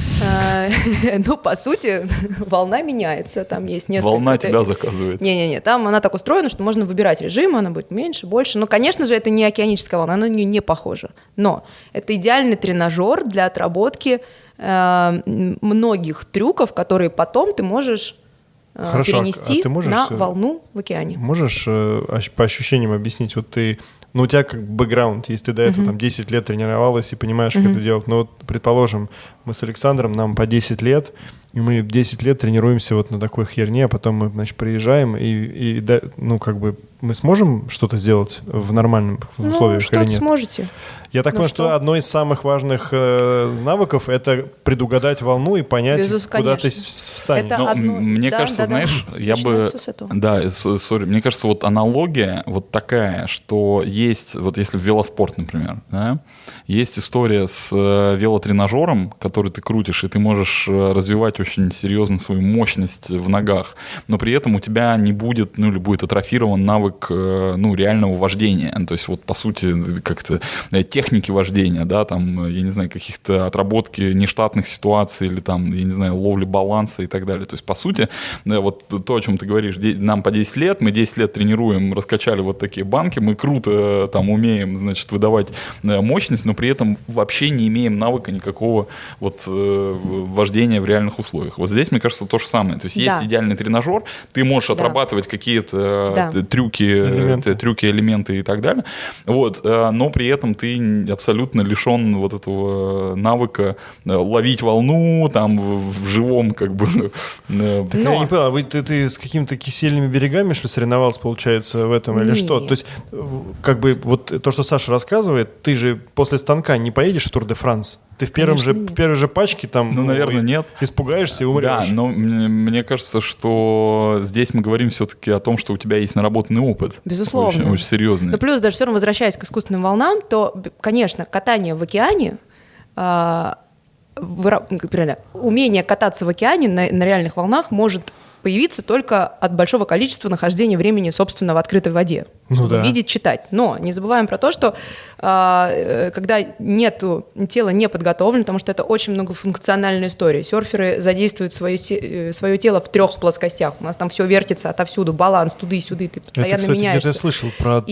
По сути, волна меняется, там есть несколько... Волна тебя заказывает. Не-не-не, там она так устроена, что можно выбирать режим, она будет меньше, больше. Но, конечно же, это не океаническая волна, она на нее не похожа. Но это идеальный тренажер для отработки многих трюков, которые потом ты можешь... перенести на волну в океане. Можешь по ощущениям объяснить, вот ты, у тебя как бэкграунд, если ты до этого там 10 лет тренировалась и понимаешь, как это делать, но вот, предположим, мы с Александром, нам по 10 лет, и мы 10 лет тренируемся вот на такой херне, а потом мы, значит, приезжаем, и мы сможем что-то сделать в нормальных условиях или нет? Что-то сможете. Я так понимаю, что одно из самых важных навыков — это предугадать волну и понять, куда ты встанешь. Мне кажется, знаешь, я бы... мне кажется, вот аналогия вот такая, что есть, вот если в велоспорт, например, да, есть история с велотренажером, который ты крутишь, и ты можешь развивать очень серьезно свою мощность в ногах, но при этом у тебя не будет, или будет атрофирован навык, реального вождения. То есть вот, по сути, как-то техники вождения, да, там, я не знаю, каких-то отработки нештатных ситуаций или там, я не знаю, ловли баланса и так далее. То есть, по сути, вот то, о чем ты говоришь, нам по 10 лет, мы 10 лет тренируем, раскачали вот такие банки, мы круто там умеем, значит, выдавать мощность, но при этом вообще не имеем навыка никакого вот вождения в реальных условиях. Вот здесь, мне кажется, то же самое. То есть есть идеальный тренажер, ты можешь отрабатывать какие-то трюки, элементы и так далее, вот, но при этом ты абсолютно лишен вот этого навыка ловить волну там в живом как бы. Так я не понял, ты с какими-то кисельными берегами что ли соревновался, получается, в этом или что? То есть как бы вот то, что Саша рассказывает, ты же после станка не поедешь в Тур-де-Франс? Ты в первой же пачке там, наверное, нет. Испугаешься и умрешь. Да, но мне кажется, что здесь мы говорим все-таки о том, что у тебя есть наработанный опыт. Безусловно. Очень серьезный. Но плюс даже все равно, возвращаясь к искусственным волнам, то, конечно, катание в океане умение кататься в океане на реальных волнах может появиться только от большого количества нахождения времени, собственно, в открытой воде, чтобы видеть, читать. Но не забываем про то, что когда тело не подготовлено, потому что это очень многофункциональная история. Серферы задействуют свое тело в 3 плоскостях. У нас там все вертится отовсюду, баланс туды-сюды, ты постоянно меняешься. Я слышал про...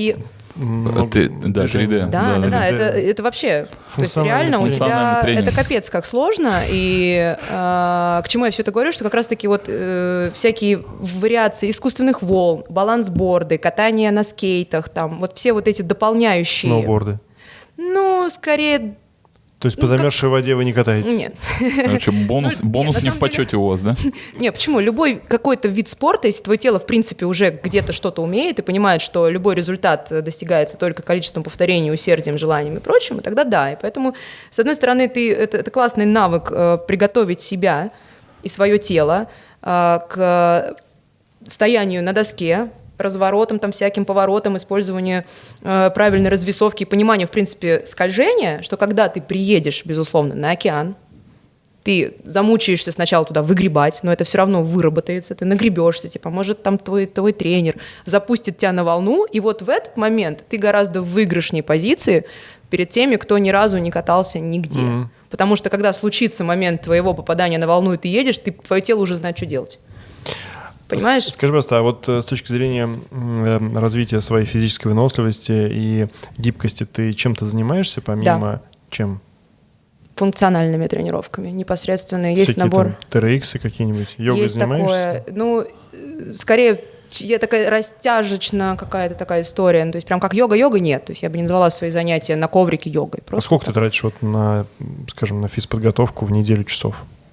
3D. Да, это вообще, то есть реально у тебя это капец как сложно, и к чему я все это говорю, что как раз-таки вот всякие вариации искусственных волн, балансборды, катание на скейтах, там вот все вот эти дополняющие... Сноуборды. Ну, скорее... То есть по замерзшей воде вы не катаетесь? Нет. Бонус не в почете у вас, да? Нет, почему? Любой какой-то вид спорта, если твое тело, в принципе, уже где-то что-то умеет и понимает, что любой результат достигается только количеством повторений, усердием, желанием и прочим, тогда да. И поэтому, с одной стороны, это классный навык приготовить себя и свое тело к стоянию на доске, разворотом, там, всяким поворотом, использованию правильной развесовки и пониманию, в принципе, скольжения, что когда ты приедешь, безусловно, на океан, ты замучаешься сначала туда выгребать, но это все равно выработается, ты нагребешься, может там твой тренер запустит тебя на волну, и вот в этот момент ты гораздо в выигрышней позиции перед теми, кто ни разу не катался нигде. Потому что когда случится момент твоего попадания на волну, и ты едешь, твое тело уже знает, что делать. Понимаешь? Скажи просто, а вот с точки зрения развития своей физической выносливости и гибкости, ты чем-то занимаешься помимо чем? Функциональными тренировками, непосредственно. Есть всякие набор. TRX какие-нибудь? Йогой есть занимаешься? Такое. Скорее, я такая растяжечная какая-то такая история. То есть прям как йога нет. То есть я бы не назвала свои занятия на коврике йогой. А сколько ты тратишь на физподготовку в неделю часов?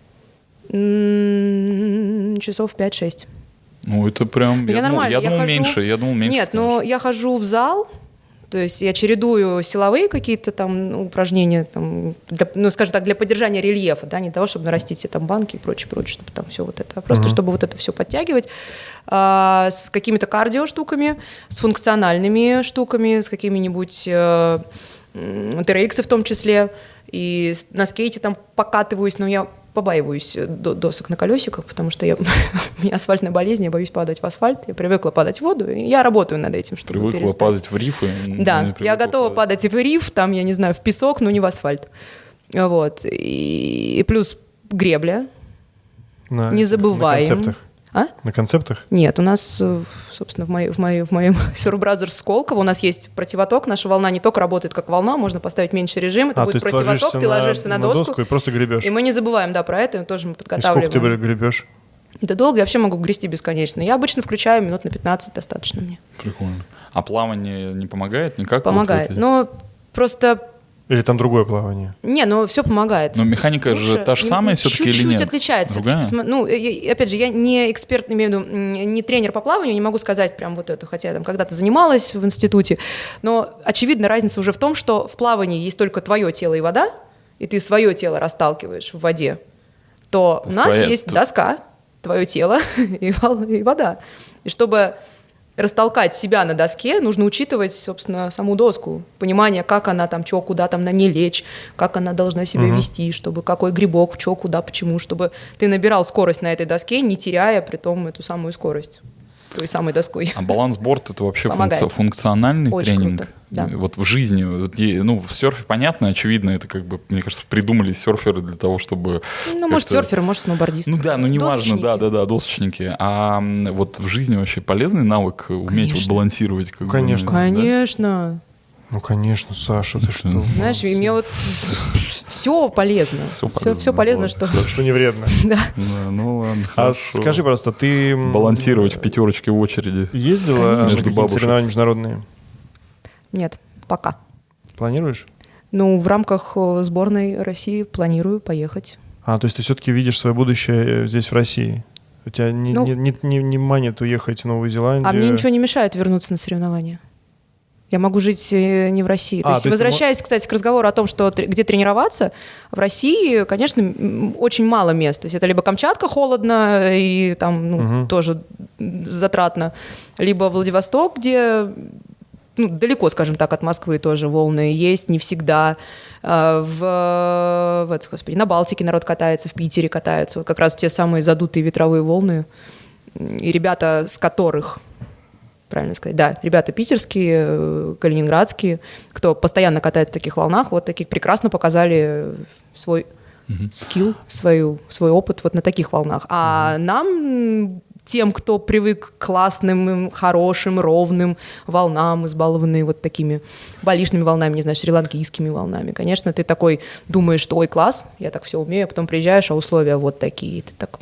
Часов 5-6. Ну, это прям... Я думал, меньше. Нет, но я хожу в зал, то есть я чередую силовые какие-то там упражнения, там, скажем так, для поддержания рельефа, да, не для того, чтобы нарастить все там банки и прочее, чтобы там все вот это, а просто чтобы вот это все подтягивать с какими-то кардио-штуками, с функциональными штуками, с какими-нибудь TRX в том числе, и на скейте там покатываюсь, но я побаиваюсь досок на колесиках, потому что у меня асфальтная болезнь, я боюсь падать в асфальт, я привыкла падать в воду, и я работаю над этим, чтобы привыкла перестать. Падать в рифы? Да, я готова падать и в риф, там, я не знаю, в песок, но не в асфальт. Вот. И плюс гребля. Не забываем. На концептах? На концептах? Нет, у нас, собственно, в моем Surf Brothers Сколково у нас есть противоток, наша волна не только работает как волна, можно поставить меньший режим, это будет противоток, ты ложишься на доску и просто гребешь. И мы не забываем, про это тоже мы подготавливаем. И сколько ты гребешь? Да долго, я вообще могу грести бесконечно. Я обычно включаю минут на 15, достаточно мне. Прикольно. А плавание не помогает никак? Помогает, но просто... Или там другое плавание? Не, все помогает. Но механика же та же самая все-таки или нет? Чуть-чуть отличается. Опять же, я не эксперт, имею в виду, не тренер по плаванию, не могу сказать прям вот это, хотя я там когда-то занималась в институте, но очевидно разница уже в том, что в плавании есть только твое тело и вода, и ты свое тело расталкиваешь в воде, то у нас есть доска, твое тело и вода. И чтобы растолкать себя на доске, нужно учитывать, собственно, саму доску, понимание, как она там, что, куда там на ней лечь, как она должна себя вести, чтобы какой грибок, что, куда, почему, чтобы ты набирал скорость на этой доске, не теряя при том эту самую скорость той самой доской. А балансборд — это вообще функциональный очень тренинг? Круто, да. Вот в жизни, в серфе понятно, очевидно, это мне кажется, придумали серферы для того, чтобы... может, серферы, может, сноубордисты. Неважно, досочники. А вот в жизни вообще полезный навык уметь балансировать? Конечно. Конечно. Ну, конечно, Саша, ты что? Знаешь, мне вот все полезно. Все полезно, что не вредно. Да. Ну ладно. А скажи, просто, ты... Балансировать в пятерочке в очереди. Ездила на какие-то соревнования международные? Нет, пока. Планируешь? В рамках сборной России планирую поехать. То есть ты все-таки видишь свое будущее здесь, в России? У тебя не манит уехать в Новую Зеландию? А мне ничего не мешает вернуться на соревнования. Я могу жить не в России. То есть, возвращаясь, кстати, к разговору о том, что где тренироваться, в России, конечно, очень мало мест. То есть это либо Камчатка холодно и там тоже затратно, либо Владивосток, где далеко, скажем так, от Москвы тоже волны есть, не всегда. На Балтике народ катается, в Питере катаются. Вот как раз те самые задутые ветровые волны. И ребята, с которых, правильно сказать, да, ребята питерские, калининградские, кто постоянно катает в таких волнах, вот таких прекрасно показали свой скилл, свой опыт вот на таких волнах. А нам, тем, кто привык к классным, хорошим, ровным волнам, избалованные вот такими балишными волнами, не знаю, шри-ланкийскими волнами, конечно, ты такой думаешь, что ой, класс, я так все умею, а потом приезжаешь, а условия вот такие, и ты так...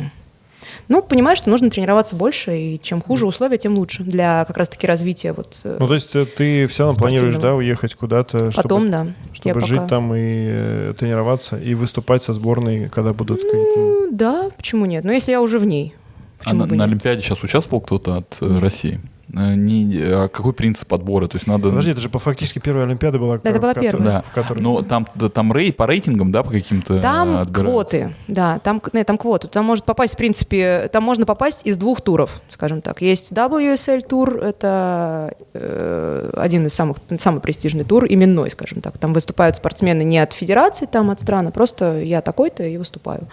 Ну, понимаешь, что нужно тренироваться больше, и чем хуже условия, тем лучше для как раз-таки развития. Вот, ну, то есть ты все равно планируешь, да, уехать куда-то, чтобы жить там и тренироваться, и выступать со сборной, когда будут какие-то... Да, почему нет? Но если я уже в ней. На Олимпиаде сейчас участвовал кто-то от России? Какой принцип отбора? То есть надо... Подожди, это же фактически первая Олимпиада была. Да, это была первая. Да. Но там по рейтингам, да, по каким-то... Там квоты, да, там квоты. Там может попасть, в принципе, там можно попасть из 2 туров, скажем так. Есть WSL тур, это один из самый престижный тур, именной, скажем так. Там выступают спортсмены не от федерации, там от стран, а просто я такой-то и выступаю.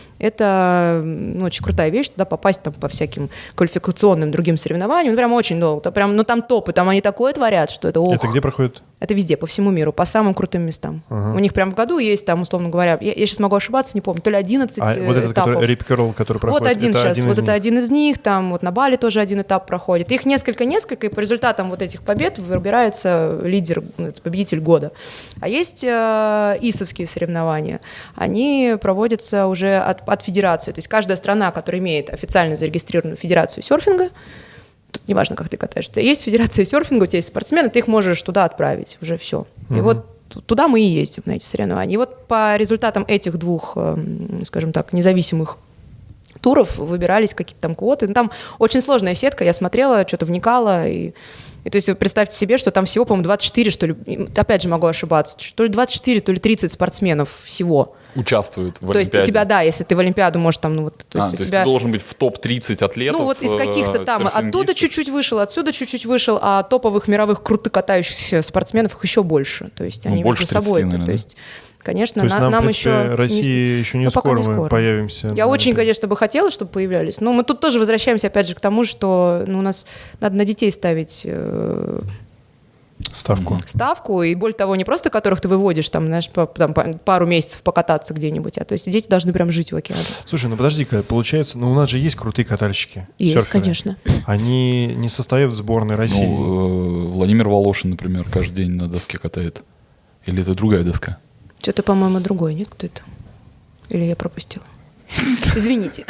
Это очень крутая вещь, туда попасть там, по всяким квалификационным другим соревнованиям. Прям очень долго. Там топы, там они такое творят, что это ох. Это где проходит? Это везде, по всему миру, по самым крутым местам. У них прям в году есть, там, условно говоря, я сейчас могу ошибаться, не помню, то ли 11 этапов. Вот этот, который Rip Curl, который проходит? Вот один сейчас, вот это один из них, там вот на Бали тоже один этап проходит. Их несколько, и по результатам вот этих побед выбирается лидер, победитель года. А есть ИСовские соревнования. Они проводятся уже от федерации. То есть каждая страна, которая имеет официально зарегистрированную федерацию серфинга, тут неважно, как ты катаешься, есть федерация серфинга, у тебя есть спортсмены, ты их можешь туда отправить, уже все. И вот туда мы и ездим, на эти соревнования. И вот по результатам этих 2, скажем так, независимых туров выбирались какие-то там квоты. Там очень сложная сетка, я смотрела, что-то вникала, и то есть представьте себе, что там всего, по-моему, 24, что ли, опять же могу ошибаться, то ли 24, то ли 30 спортсменов всего. Участвуют в Олимпиаде. То есть у тебя, да, если ты в Олимпиаду можешь там, то есть ты должен быть в топ-30 атлетов. Ну вот из каких-то там, оттуда чуть-чуть вышел, отсюда чуть-чуть вышел, а топовых мировых крутых катающихся спортсменов их еще больше. То есть они между собой. То есть, конечно, то есть нам, в принципе, еще... России еще не скоро мы появимся. Я очень, конечно, бы хотела, чтобы появлялись. Но мы тут тоже возвращаемся, опять же, к тому, что у нас надо на детей ставить... Ставку, и более того, не просто которых ты выводишь, там, знаешь, пару месяцев покататься где-нибудь, а то есть дети должны прям жить в океане. Слушай, ну подожди-ка, получается, у нас же есть крутые катальщики. Есть, серферы. конечно. Они не состоят в сборной России. Владимир Волошин, например, каждый день на доске катает. Или это другая доска? Что-то, по-моему, другое, нет? Кто это? Или я пропустила? Извините.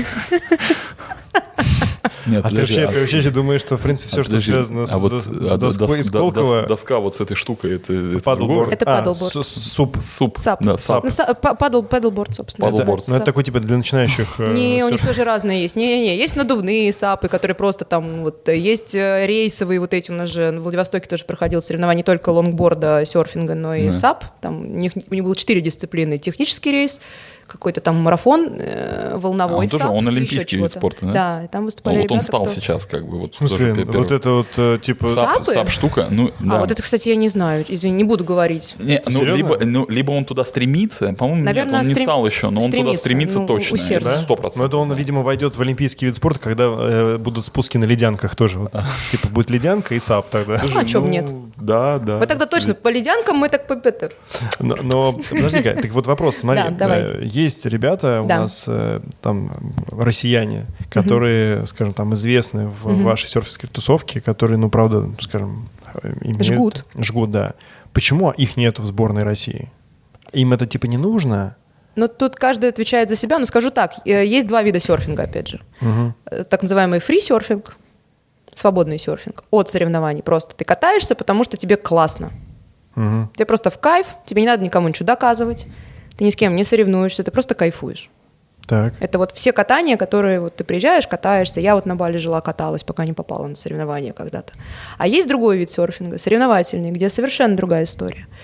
Нет, ты вообще думаешь, что, в принципе, все, что связано с доской из Сколково... Доска вот с этой штукой, это падлборд. Это падлборд. Суп. Да, сап. Падлборд, собственно. Падлборд. Ну, это такой, типа, для начинающих... Не, у них тоже разные есть. Не, есть надувные сапы, которые просто там, вот, есть рейсовые вот эти, у нас же в Владивостоке тоже проходил соревнование не только лонгборда, серфинга, но и сап. Там у них было 4 дисциплины. Технический рейс, какой-то там марафон, волновой сап. Он олимпийский вид спорта, да? Да, там выступали ребята. Вот он стал сейчас, как бы. В смысле, вот это вот, типа... Сап-штука, да. Вот это, кстати, я не знаю, извини, не буду говорить. Либо он туда стремится, по-моему, наверное, нет, он не стал еще, но он туда стремится точно, усердно. 100%. Но это он, видимо, войдет в олимпийский вид спорта, когда будут спуски на ледянках тоже. Типа будет ледянка и сап тогда. А чё нет? Да. Мы тогда точно по ледянкам, мы так по Петер. Но подожди-ка, так вот вопрос, смотри. Есть ребята у нас там россияне, которые, скажем, там известны в вашей серферской тусовке, которые, ну, правда, скажем, имеют... Жгут, да. Почему их нет в сборной России? Им это типа не нужно? Ну, тут каждый отвечает за себя, но скажу так, есть 2 вида серфинга, опять же. Так называемый фри-серфинг, свободный серфинг, от соревнований. Просто ты катаешься, потому что тебе классно. Тебе просто в кайф, тебе не надо никому ничего доказывать, ты ни с кем не соревнуешься, ты просто кайфуешь. Так. Это вот все катания, которые вот ты приезжаешь, катаешься. Я вот на Бали жила, каталась, пока не попала на соревнования когда-то. А есть другой вид серфинга, соревновательный, где совершенно другая история.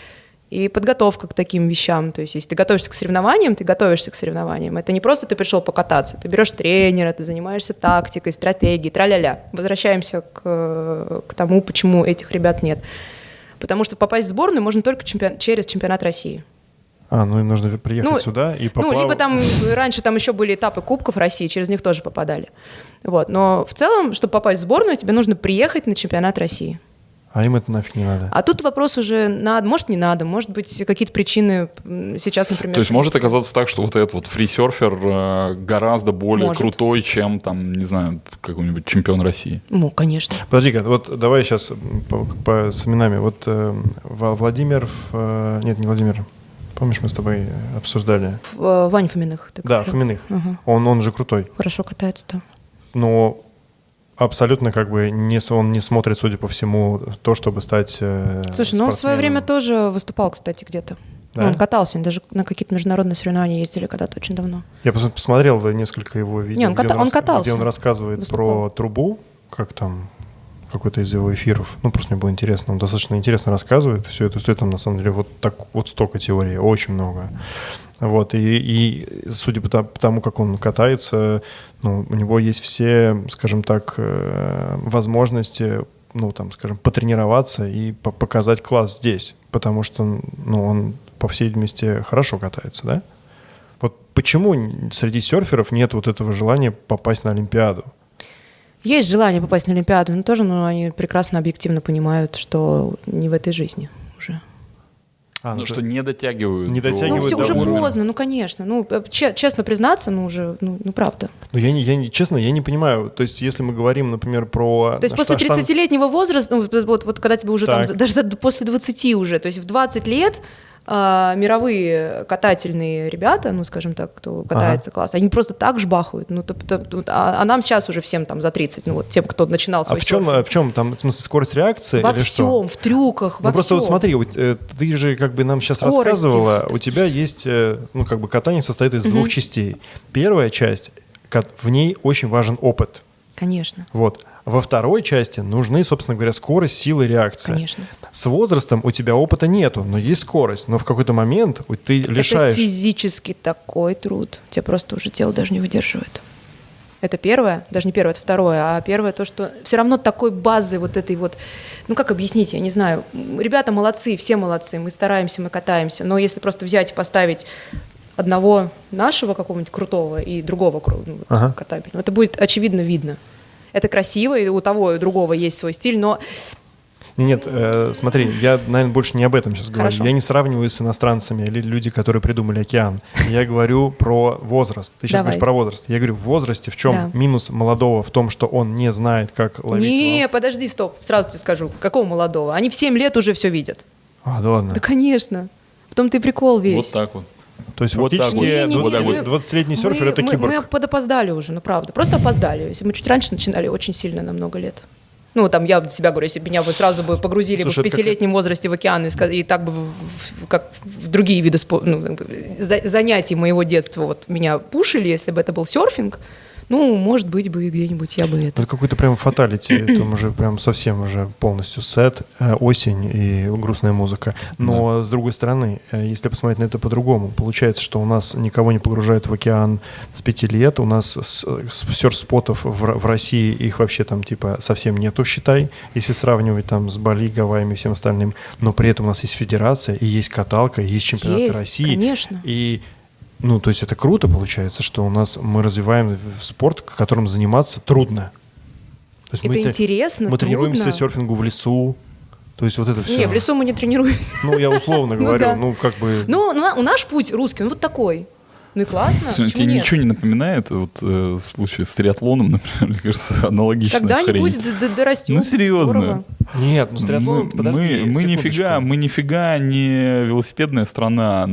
и подготовка к таким вещам. То есть если ты готовишься к соревнованиям, ты готовишься к соревнованиям. Это не просто ты пришел покататься, ты берешь тренера, ты занимаешься тактикой, стратегией, тра-ля-ля. Возвращаемся к тому, почему этих ребят нет. Потому что попасть в сборную можно только через чемпионат России. Ну им нужно приехать сюда и поплавать. Ну, либо там раньше там еще были этапы Кубков России, через них тоже попадали. Вот. Но в целом, чтобы попасть в сборную, тебе нужно приехать на чемпионат России. А им это нафиг не надо. А тут вопрос уже надо, может, не надо, может быть, какие-то причины сейчас, например... То есть может оказаться так, что вот этот вот фрисерфер гораздо более крутой, чем, там, не знаю, какой-нибудь чемпион России? Ну, конечно. Подожди-ка, вот давай сейчас с именами. Вот Владимир... Нет, не Владимир. Помнишь, мы с тобой обсуждали? Ваня Фоминых. Да, Фоминых. Угу. Он же крутой. Хорошо катается, да. Но... Абсолютно он не смотрит, судя по всему, то, чтобы стать Слушай, он в свое время тоже выступал, кстати, где-то. Да? Он катался, даже на какие-то международные соревнования ездили когда-то очень давно. Я посмотрел несколько его видео, где он рассказывает про трубу, как там какой-то из его эфиров. Просто мне было интересно. Он достаточно интересно рассказывает все это. Стоит там, на самом деле, вот столько теорий, очень много. Вот, и судя по тому, как он катается, у него есть все, скажем так, возможности, потренироваться и показать класс здесь, потому что, он, по всей видимости, хорошо катается, да? Вот почему среди серферов нет вот этого желания попасть на Олимпиаду? Есть желание попасть на Олимпиаду, но тоже, они прекрасно объективно понимают, что не в этой жизни уже. Что не дотягивают. Не дотягивают все до уже уровня. поздно, конечно. Честно признаться, уже, правда. Честно, я не понимаю. То есть, если мы говорим, например, про... То есть, после 30-летнего возраста, вот когда тебе уже там, даже после 20 уже, то есть в 20 лет мировые катательные ребята, скажем так, кто катается класс, они просто так жбахают. А нам сейчас уже всем там за 30, тем, кто начинал свой серфинг. В чем там, в смысле, скорость реакции? Во или всем, что? в трюках, во всем. Просто вот смотри, ты же нам сейчас рассказывала, у тебя есть, катание состоит из двух частей. Первая часть, в ней очень важен опыт. Конечно. Вот. Во второй части нужны, собственно говоря, скорость, сила и реакция. Конечно. С возрастом у тебя опыта нету, но есть скорость. Но в какой-то момент ты лишаешь... Это физически такой труд. Тебя просто уже тело даже не выдерживает. Это первое, даже не первое, это второе. А первое то, что все равно такой базы вот этой вот... как объяснить, я не знаю. Ребята молодцы, все молодцы. Мы стараемся, мы катаемся. Но если просто взять и поставить одного нашего какого-нибудь крутого и другого катабельного, это будет очевидно видно. Это красиво, и у того, и у другого есть свой стиль, но... Нет, смотри, я, наверное, больше не об этом сейчас говорю. Хорошо. Я не сравниваю с иностранцами или люди, которые придумали океан. Я говорю про возраст. Ты сейчас говоришь про возраст. Я говорю, в возрасте в чем минус молодого? В том, что он не знает, как ловить подожди, стоп. Сразу тебе скажу. Какого молодого? Они в 7 лет уже все видят. Да ладно? Да, конечно. В том-то и прикол весь. Вот так вот. То есть фактически 20-летний серфер — это киборг. Мы подопоздали уже, правда. Просто опоздали. Если мы чуть раньше начинали, очень сильно, на много лет. Я для себя говорю, если бы меня сразу погрузили в 5-летнем возрасте в океан и так бы, как в другие виды занятий моего детства меня пушили, если бы это был серфинг, может быть, бы где-нибудь я бы это... Это какой-то прям фаталити, там уже прям совсем уже полностью сет, осень и грустная музыка. Но, с другой стороны, если посмотреть на это по-другому, получается, что у нас никого не погружают в океан с 5 лет, у нас серф-спотов в России, их вообще там типа совсем нету, считай, если сравнивать там с Бали, Гавайями и всем остальным, но при этом у нас есть федерация, и есть каталка, и есть чемпионаты России. Конечно. И то есть это круто получается, что мы развиваем спорт, которым заниматься трудно. То есть это интересно, мы тренируемся серфингу в лесу. То есть вот это все. Не, в лесу мы не тренируемся. Я условно говорю, наш путь русский, он вот такой. И классно. Тебе ничего не напоминает в случае с триатлоном, например, мне кажется, аналогичная хрень. Когда-нибудь дорастем. Серьезно. Нет, с триатлоном, подожди, мы нифига не велосипедная страна,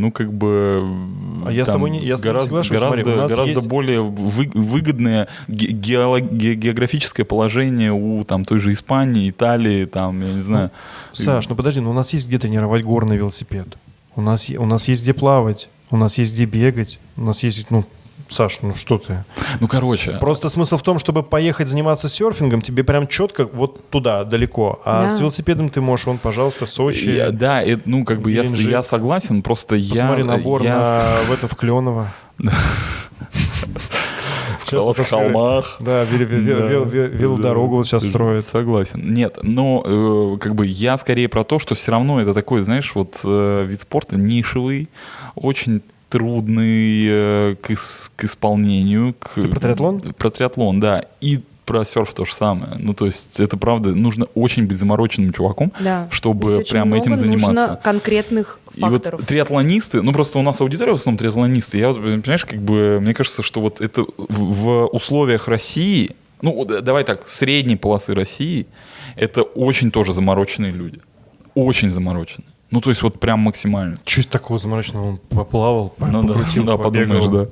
я с тобой не соглашусь. Гораздо более выгодное географическое положение у той же Испании, Италии, я не знаю. Саш, подожди, у нас есть где тренировать горный велосипед. У нас есть где плавать, у нас есть где бегать, у нас есть, Саш, ну что ты? Ну, короче. Просто смысл в том, чтобы поехать заниматься серфингом, тебе прям четко вот туда, далеко. А с велосипедом ты можешь, вон, пожалуйста, Сочи. Да, ну, как бы я согласен, просто Посмотри набор в Кленово. В холмах. Да, велодорогу вот сейчас строят. Согласен. Нет, но как бы я скорее про то, что все равно это такой, знаешь, вот вид спорта нишевый, очень трудный к исполнению. Ты про триатлон? Про триатлон, да. И про серф то же самое. Ну, то есть это правда, нужно очень быть замороченным чуваком, чтобы прям этим заниматься. Нужно конкретных факторов. И вот триатлонисты, ну просто у нас аудитория в основном триатлонисты, я вот, понимаешь, как бы, мне кажется, что вот это в условиях России, ну давай так, средней полосы России, это очень тоже замороченные люди. Очень замороченные. Ну, то есть вот прям максимально. Чуть такого замороченного он поплавал, покрутил, да, подумаешь, да.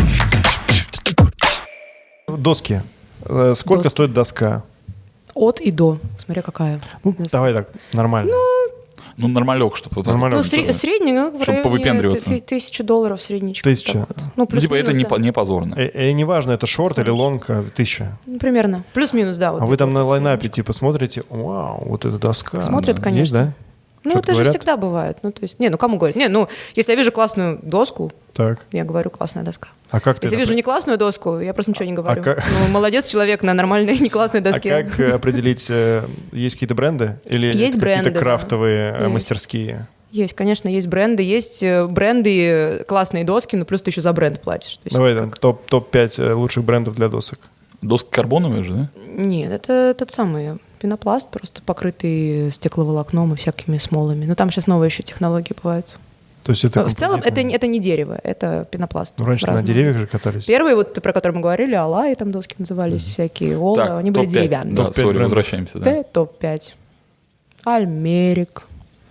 Доски. Сколько стоит доска? От и до, смотря какая. Ну, давай так, нормально. Ну, нормалек, чтобы... Ну, средний, ну, чтобы повыпендриваться. $1000 средничек. 1000. Ну, плюс типа это не позорно. Неважно, это шорт или лонг, 1000. Примерно. Плюс-минус, да. А вы там на лайнапе типа смотрите, вау, вот эта доска. Смотрят, конечно. Есть, да? Ну, это же всегда бывает. Ну, то есть, кому говорят? Если я вижу классную доску, я говорю, классная доска. А как ты если вижу не классную доску, я просто ничего не говорю. Ну, молодец человек на нормальной, не классной доске. А как определить, есть какие-то бренды? Или есть какие-то бренды, крафтовые мастерские? Есть, конечно, есть бренды, классные доски, но плюс ты еще за бренд платишь. Давай, топ-5 лучших брендов для досок. Доски карбоновые же, да? Нет, это тот самый пенопласт, просто покрытый стекловолокном и всякими смолами. Но там сейчас новые еще технологии бывают. То есть это в целом это не дерево, это пенопласт. Ну, раньше на деревьях же катались. Первые, вот про которые мы говорили, Алай, там доски назывались, всякие Ола, так, они были деревянные. Да, сори, возвращаемся. Да. Топ-5. Альмерик.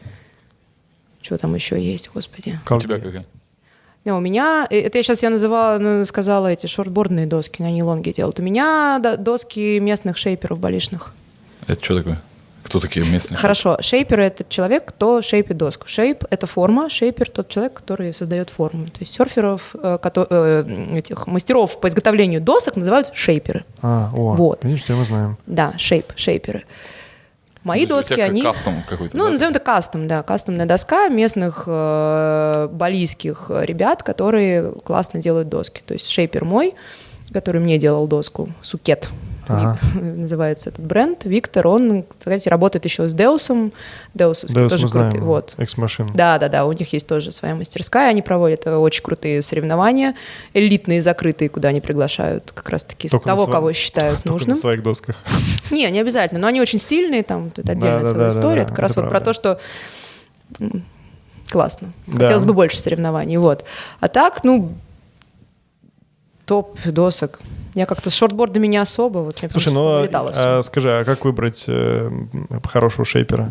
Что там еще есть, господи? У тебя какая? У меня, это я сказала эти шортбордные доски, они лонги делают. У меня доски местных шейперов балишных. Это что такое? Кто такие местные? Хорошо, шейпер — это человек, кто шейпит доску. Шейп — это форма, шейпер — тот человек, который создает форму. То есть серферов, этих мастеров по изготовлению досок называют шейперы. Вот. Видишь, что мы знаем. Да, шейперы. Мои доски, они... Кастом какой-то. Ну, назовем это кастом, да. Кастомная доска местных балийских ребят, которые классно делают доски. То есть шейпер мой, который мне делал доску, Сукет, называется этот бренд, Виктор, он, кстати, работает еще с Деусом. Деусовский тоже крутый. Вот. Экс-машин. Да, у них есть тоже своя мастерская, они проводят очень крутые соревнования, элитные, закрытые, куда они приглашают как раз-таки того, кого считают нужным. Только на своих досках. Не обязательно, но они очень стильные, там это отдельная целая история. Это как раз вот про то, что классно. Хотелось бы больше соревнований. Вот. А так, топ досок. Я как-то с шортбордами не особо. Вот, слушай, скажи, а как выбрать хорошего шейпера?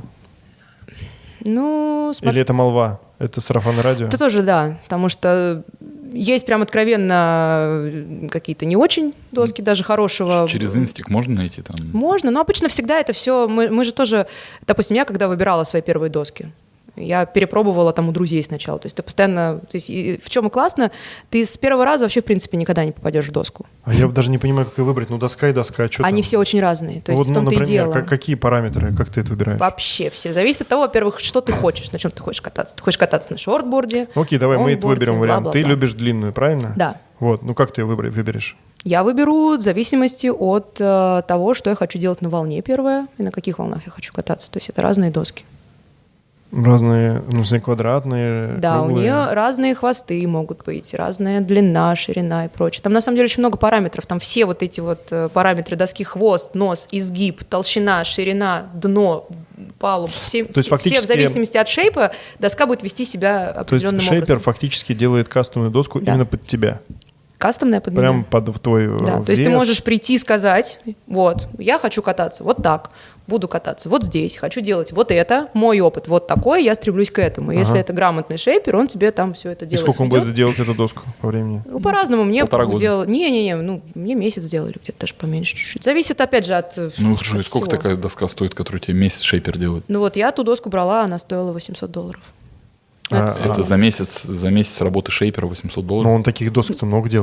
Или это молва? Это сарафанное радио? Это тоже, да. Потому что есть прям откровенно какие-то не очень доски, даже хорошего. Через инстик можно найти там? Можно, но обычно всегда это все... Мы же тоже... Допустим, я когда выбирала свои первые доски, я перепробовала там у друзей сначала. То есть ты постоянно... То есть в чем и классно, ты с первого раза вообще, в принципе, никогда не попадешь в доску. А я даже не понимаю, как ее выбрать. Доска и доска. Что они там? все очень разные. То есть в том-то например, и дело. Какие параметры? Как ты это выбираешь? Вообще все. Зависит от того, во-первых, что ты хочешь, на чем ты хочешь кататься. Ты хочешь кататься на шортборде. Окей, давай мы выберем вариант. Ты любишь длинную, правильно? Да. Вот. Как ты ее выберешь? Я выберу в зависимости от того, что я хочу делать на волне первое, и на каких волнах я хочу кататься. То есть это разные доски. Разные, квадратные, да, круглые. У нее разные хвосты могут быть, разная длина, ширина и прочее. Там на самом деле очень много параметров. Там все вот эти вот параметры доски: хвост, нос, изгиб, толщина, ширина, дно, палуб. Все в зависимости от шейпа доска будет вести себя определенным образом. То есть шейпер фактически делает кастомную доску именно под тебя? Кастомная под меня. Прям под твой вес. То есть ты можешь прийти и сказать: вот, я хочу кататься вот так, буду кататься вот здесь, хочу делать вот это, мой опыт вот такой, я стремлюсь к этому. Если это грамотный шейпер, он тебе там все это делает. И сколько он будет делать эту доску по времени? По-разному. Мне делать. Мне месяц сделали, где-то даже поменьше чуть-чуть. Зависит, опять же, от хорошо, и сколько такая доска стоит, которую тебе месяц шейпер делает? Я ту доску брала, она стоила $800. Это за месяц работы шейпера $800? Но он таких досок-то много делает.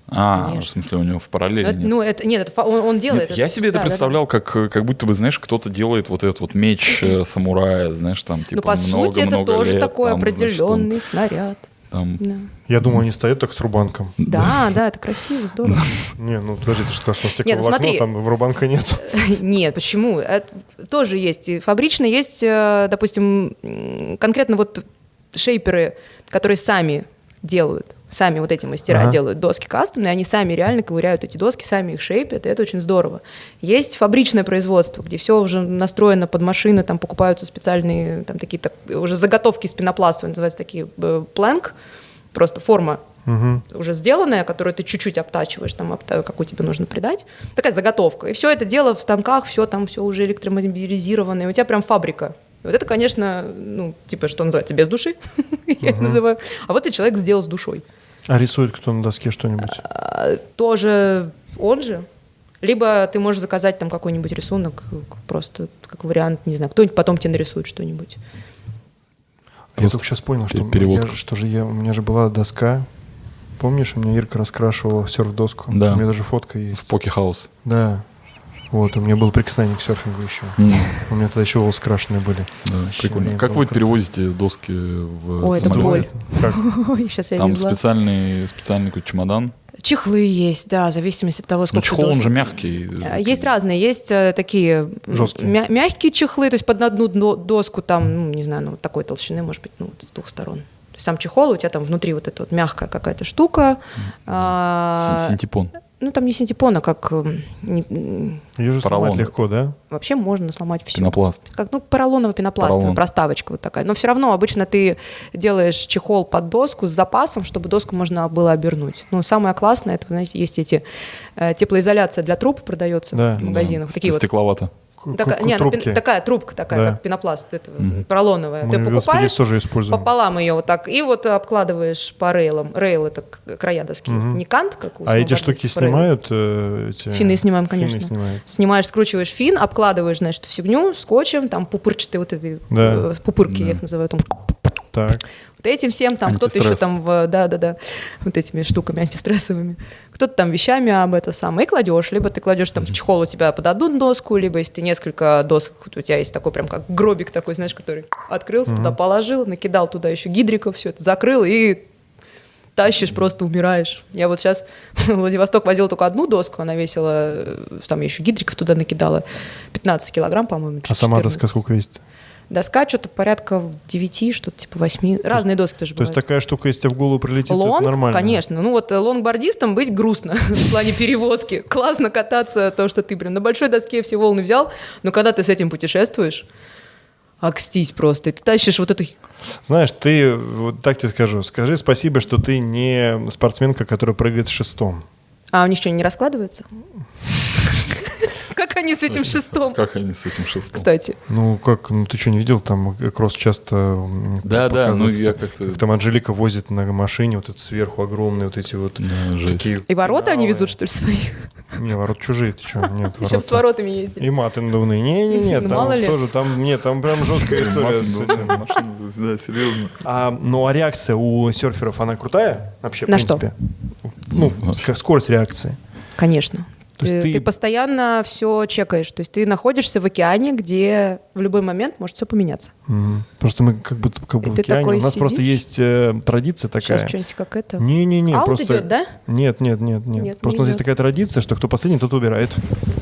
В смысле, у него в параллели нет, он делает. Нет, я себе это представлял, как будто бы, знаешь, кто-то делает вот этот вот меч самурая, знаешь, там, типа, по сути, это тоже такой определенный снаряд. Там... Да. Я думаю, они стоят так с рубанком. Да, это красиво, здорово. Не, подожди, ты же сказал, что стекло в окно, там рубанка нет. Нет, почему? Это тоже есть. И фабрично есть, допустим, конкретно вот шейперы, которые сами делают. Сами вот эти мастера делают доски кастомные, они сами реально ковыряют эти доски, сами их шейпят, и это очень здорово. Есть фабричное производство, где все уже настроено под машины, там покупаются специальные, там такие уже заготовки из пенопласта, называются такие планк, просто форма уже сделанная, которую ты чуть-чуть обтачиваешь, там, какую тебе нужно придать. Такая заготовка. И все это дело в станках, все там все уже электромобилизировано, и у тебя прям фабрика. Вот это, конечно, что называется, без души, я это называю. А вот и человек сделал с душой. А рисует кто на доске что-нибудь? Тоже он же. Либо ты можешь заказать там какой-нибудь рисунок, просто как вариант, не знаю, кто-нибудь потом тебе нарисует что-нибудь. Я только сейчас понял, что у меня же была доска. Помнишь, у меня Ирка раскрашивала серф-доску? Да. У меня даже фотка есть. В Покехаус. Да. Вот, у меня было прикосновение к серфингу еще. У меня тогда еще волосы крашеные были. Да, прикольно. Как вы перевозите доски в это боль. Ой, сейчас я там везла. специальный какой-то чемодан? Чехлы есть, да, в зависимости от того, сколько чехол, досок. он же мягкий. Есть разные, есть такие жесткие. Мягкие чехлы, то есть под одну доску там, не знаю, такой толщины, может быть, с двух сторон. То есть сам чехол, у тебя там внутри вот эта вот мягкая какая-то штука. Синтепон. Там не синтепон, а как... Ее же сломать легко, да? Вообще можно сломать все. Пенопласт. Как, поролоново-пенопластовая проставочка вот такая. Но все равно обычно ты делаешь чехол под доску с запасом, чтобы доску можно было обернуть. Самое классное, это, знаете, есть эти теплоизоляция для труб продается в магазинах. Да, такие стекловато. Такая трубка, как пенопласт, поролоновая. Ты покупаешь, тоже используем. пополам ее вот так, и вот обкладываешь по рейлам. Рейл — это края доски, не кант, как у эти штуки снимают? Фины снимаем, конечно. Снимаешь, скручиваешь фин, обкладываешь, значит, фигню скотчем, там пупырчатые вот эти пупырки, я их называю, там. Так. Вот этим всем, там кто-то еще там, вот этими штуками антистрессовыми, кто-то там вещами об это самое, и кладешь, либо ты кладешь там в чехол у тебя под одну доску, либо если ты несколько досок, у тебя есть такой прям как гробик такой, знаешь, который открылся, туда положил, накидал туда еще гидриков, все это закрыл и тащишь, просто умираешь. Я вот сейчас в Владивосток возила только одну доску, она весила, там я еще гидриков туда накидала, 15 килограмм, по-моему. А сама доска сколько весит? Доска что-то порядка 9, что-то типа 8. Разные доски тоже бывают. То есть такая штука, если тебе в голову прилетит, лонг, это нормально? Конечно. Лонгбордистам быть грустно в плане перевозки. Классно кататься, то, что ты прям на большой доске все волны взял, но когда ты с этим путешествуешь, акстись просто, и ты тащишь вот эту... Знаешь, ты, вот так тебе скажи спасибо, что ты не спортсменка, которая прыгает шестом. А у них что, не раскладывается? Как они с этим шестом? Кстати. Ты что, не видел, там кросс часто да, я как-то... Там Анжелика возит на машине вот это сверху огромные вот эти вот такие... И ворота они везут, что ли, свои? Не, ворот чужие, ты что? Нет, еще с воротами ездили. И маты надувные. Не, мало ли. Тоже, там прям жесткая история с этим. Да, серьезно. А реакция у серферов, она крутая вообще, в на принципе? Скорость реакции. Конечно. Ты постоянно все чекаешь. То есть ты находишься в океане, где в любой момент может все поменяться. Просто мы как будто в океане. У нас просто есть традиция такая. Сейчас что-нибудь как это. Не. Аут просто... идет, да? Нет. Просто у нас есть такая традиция, что кто последний, тот убирает.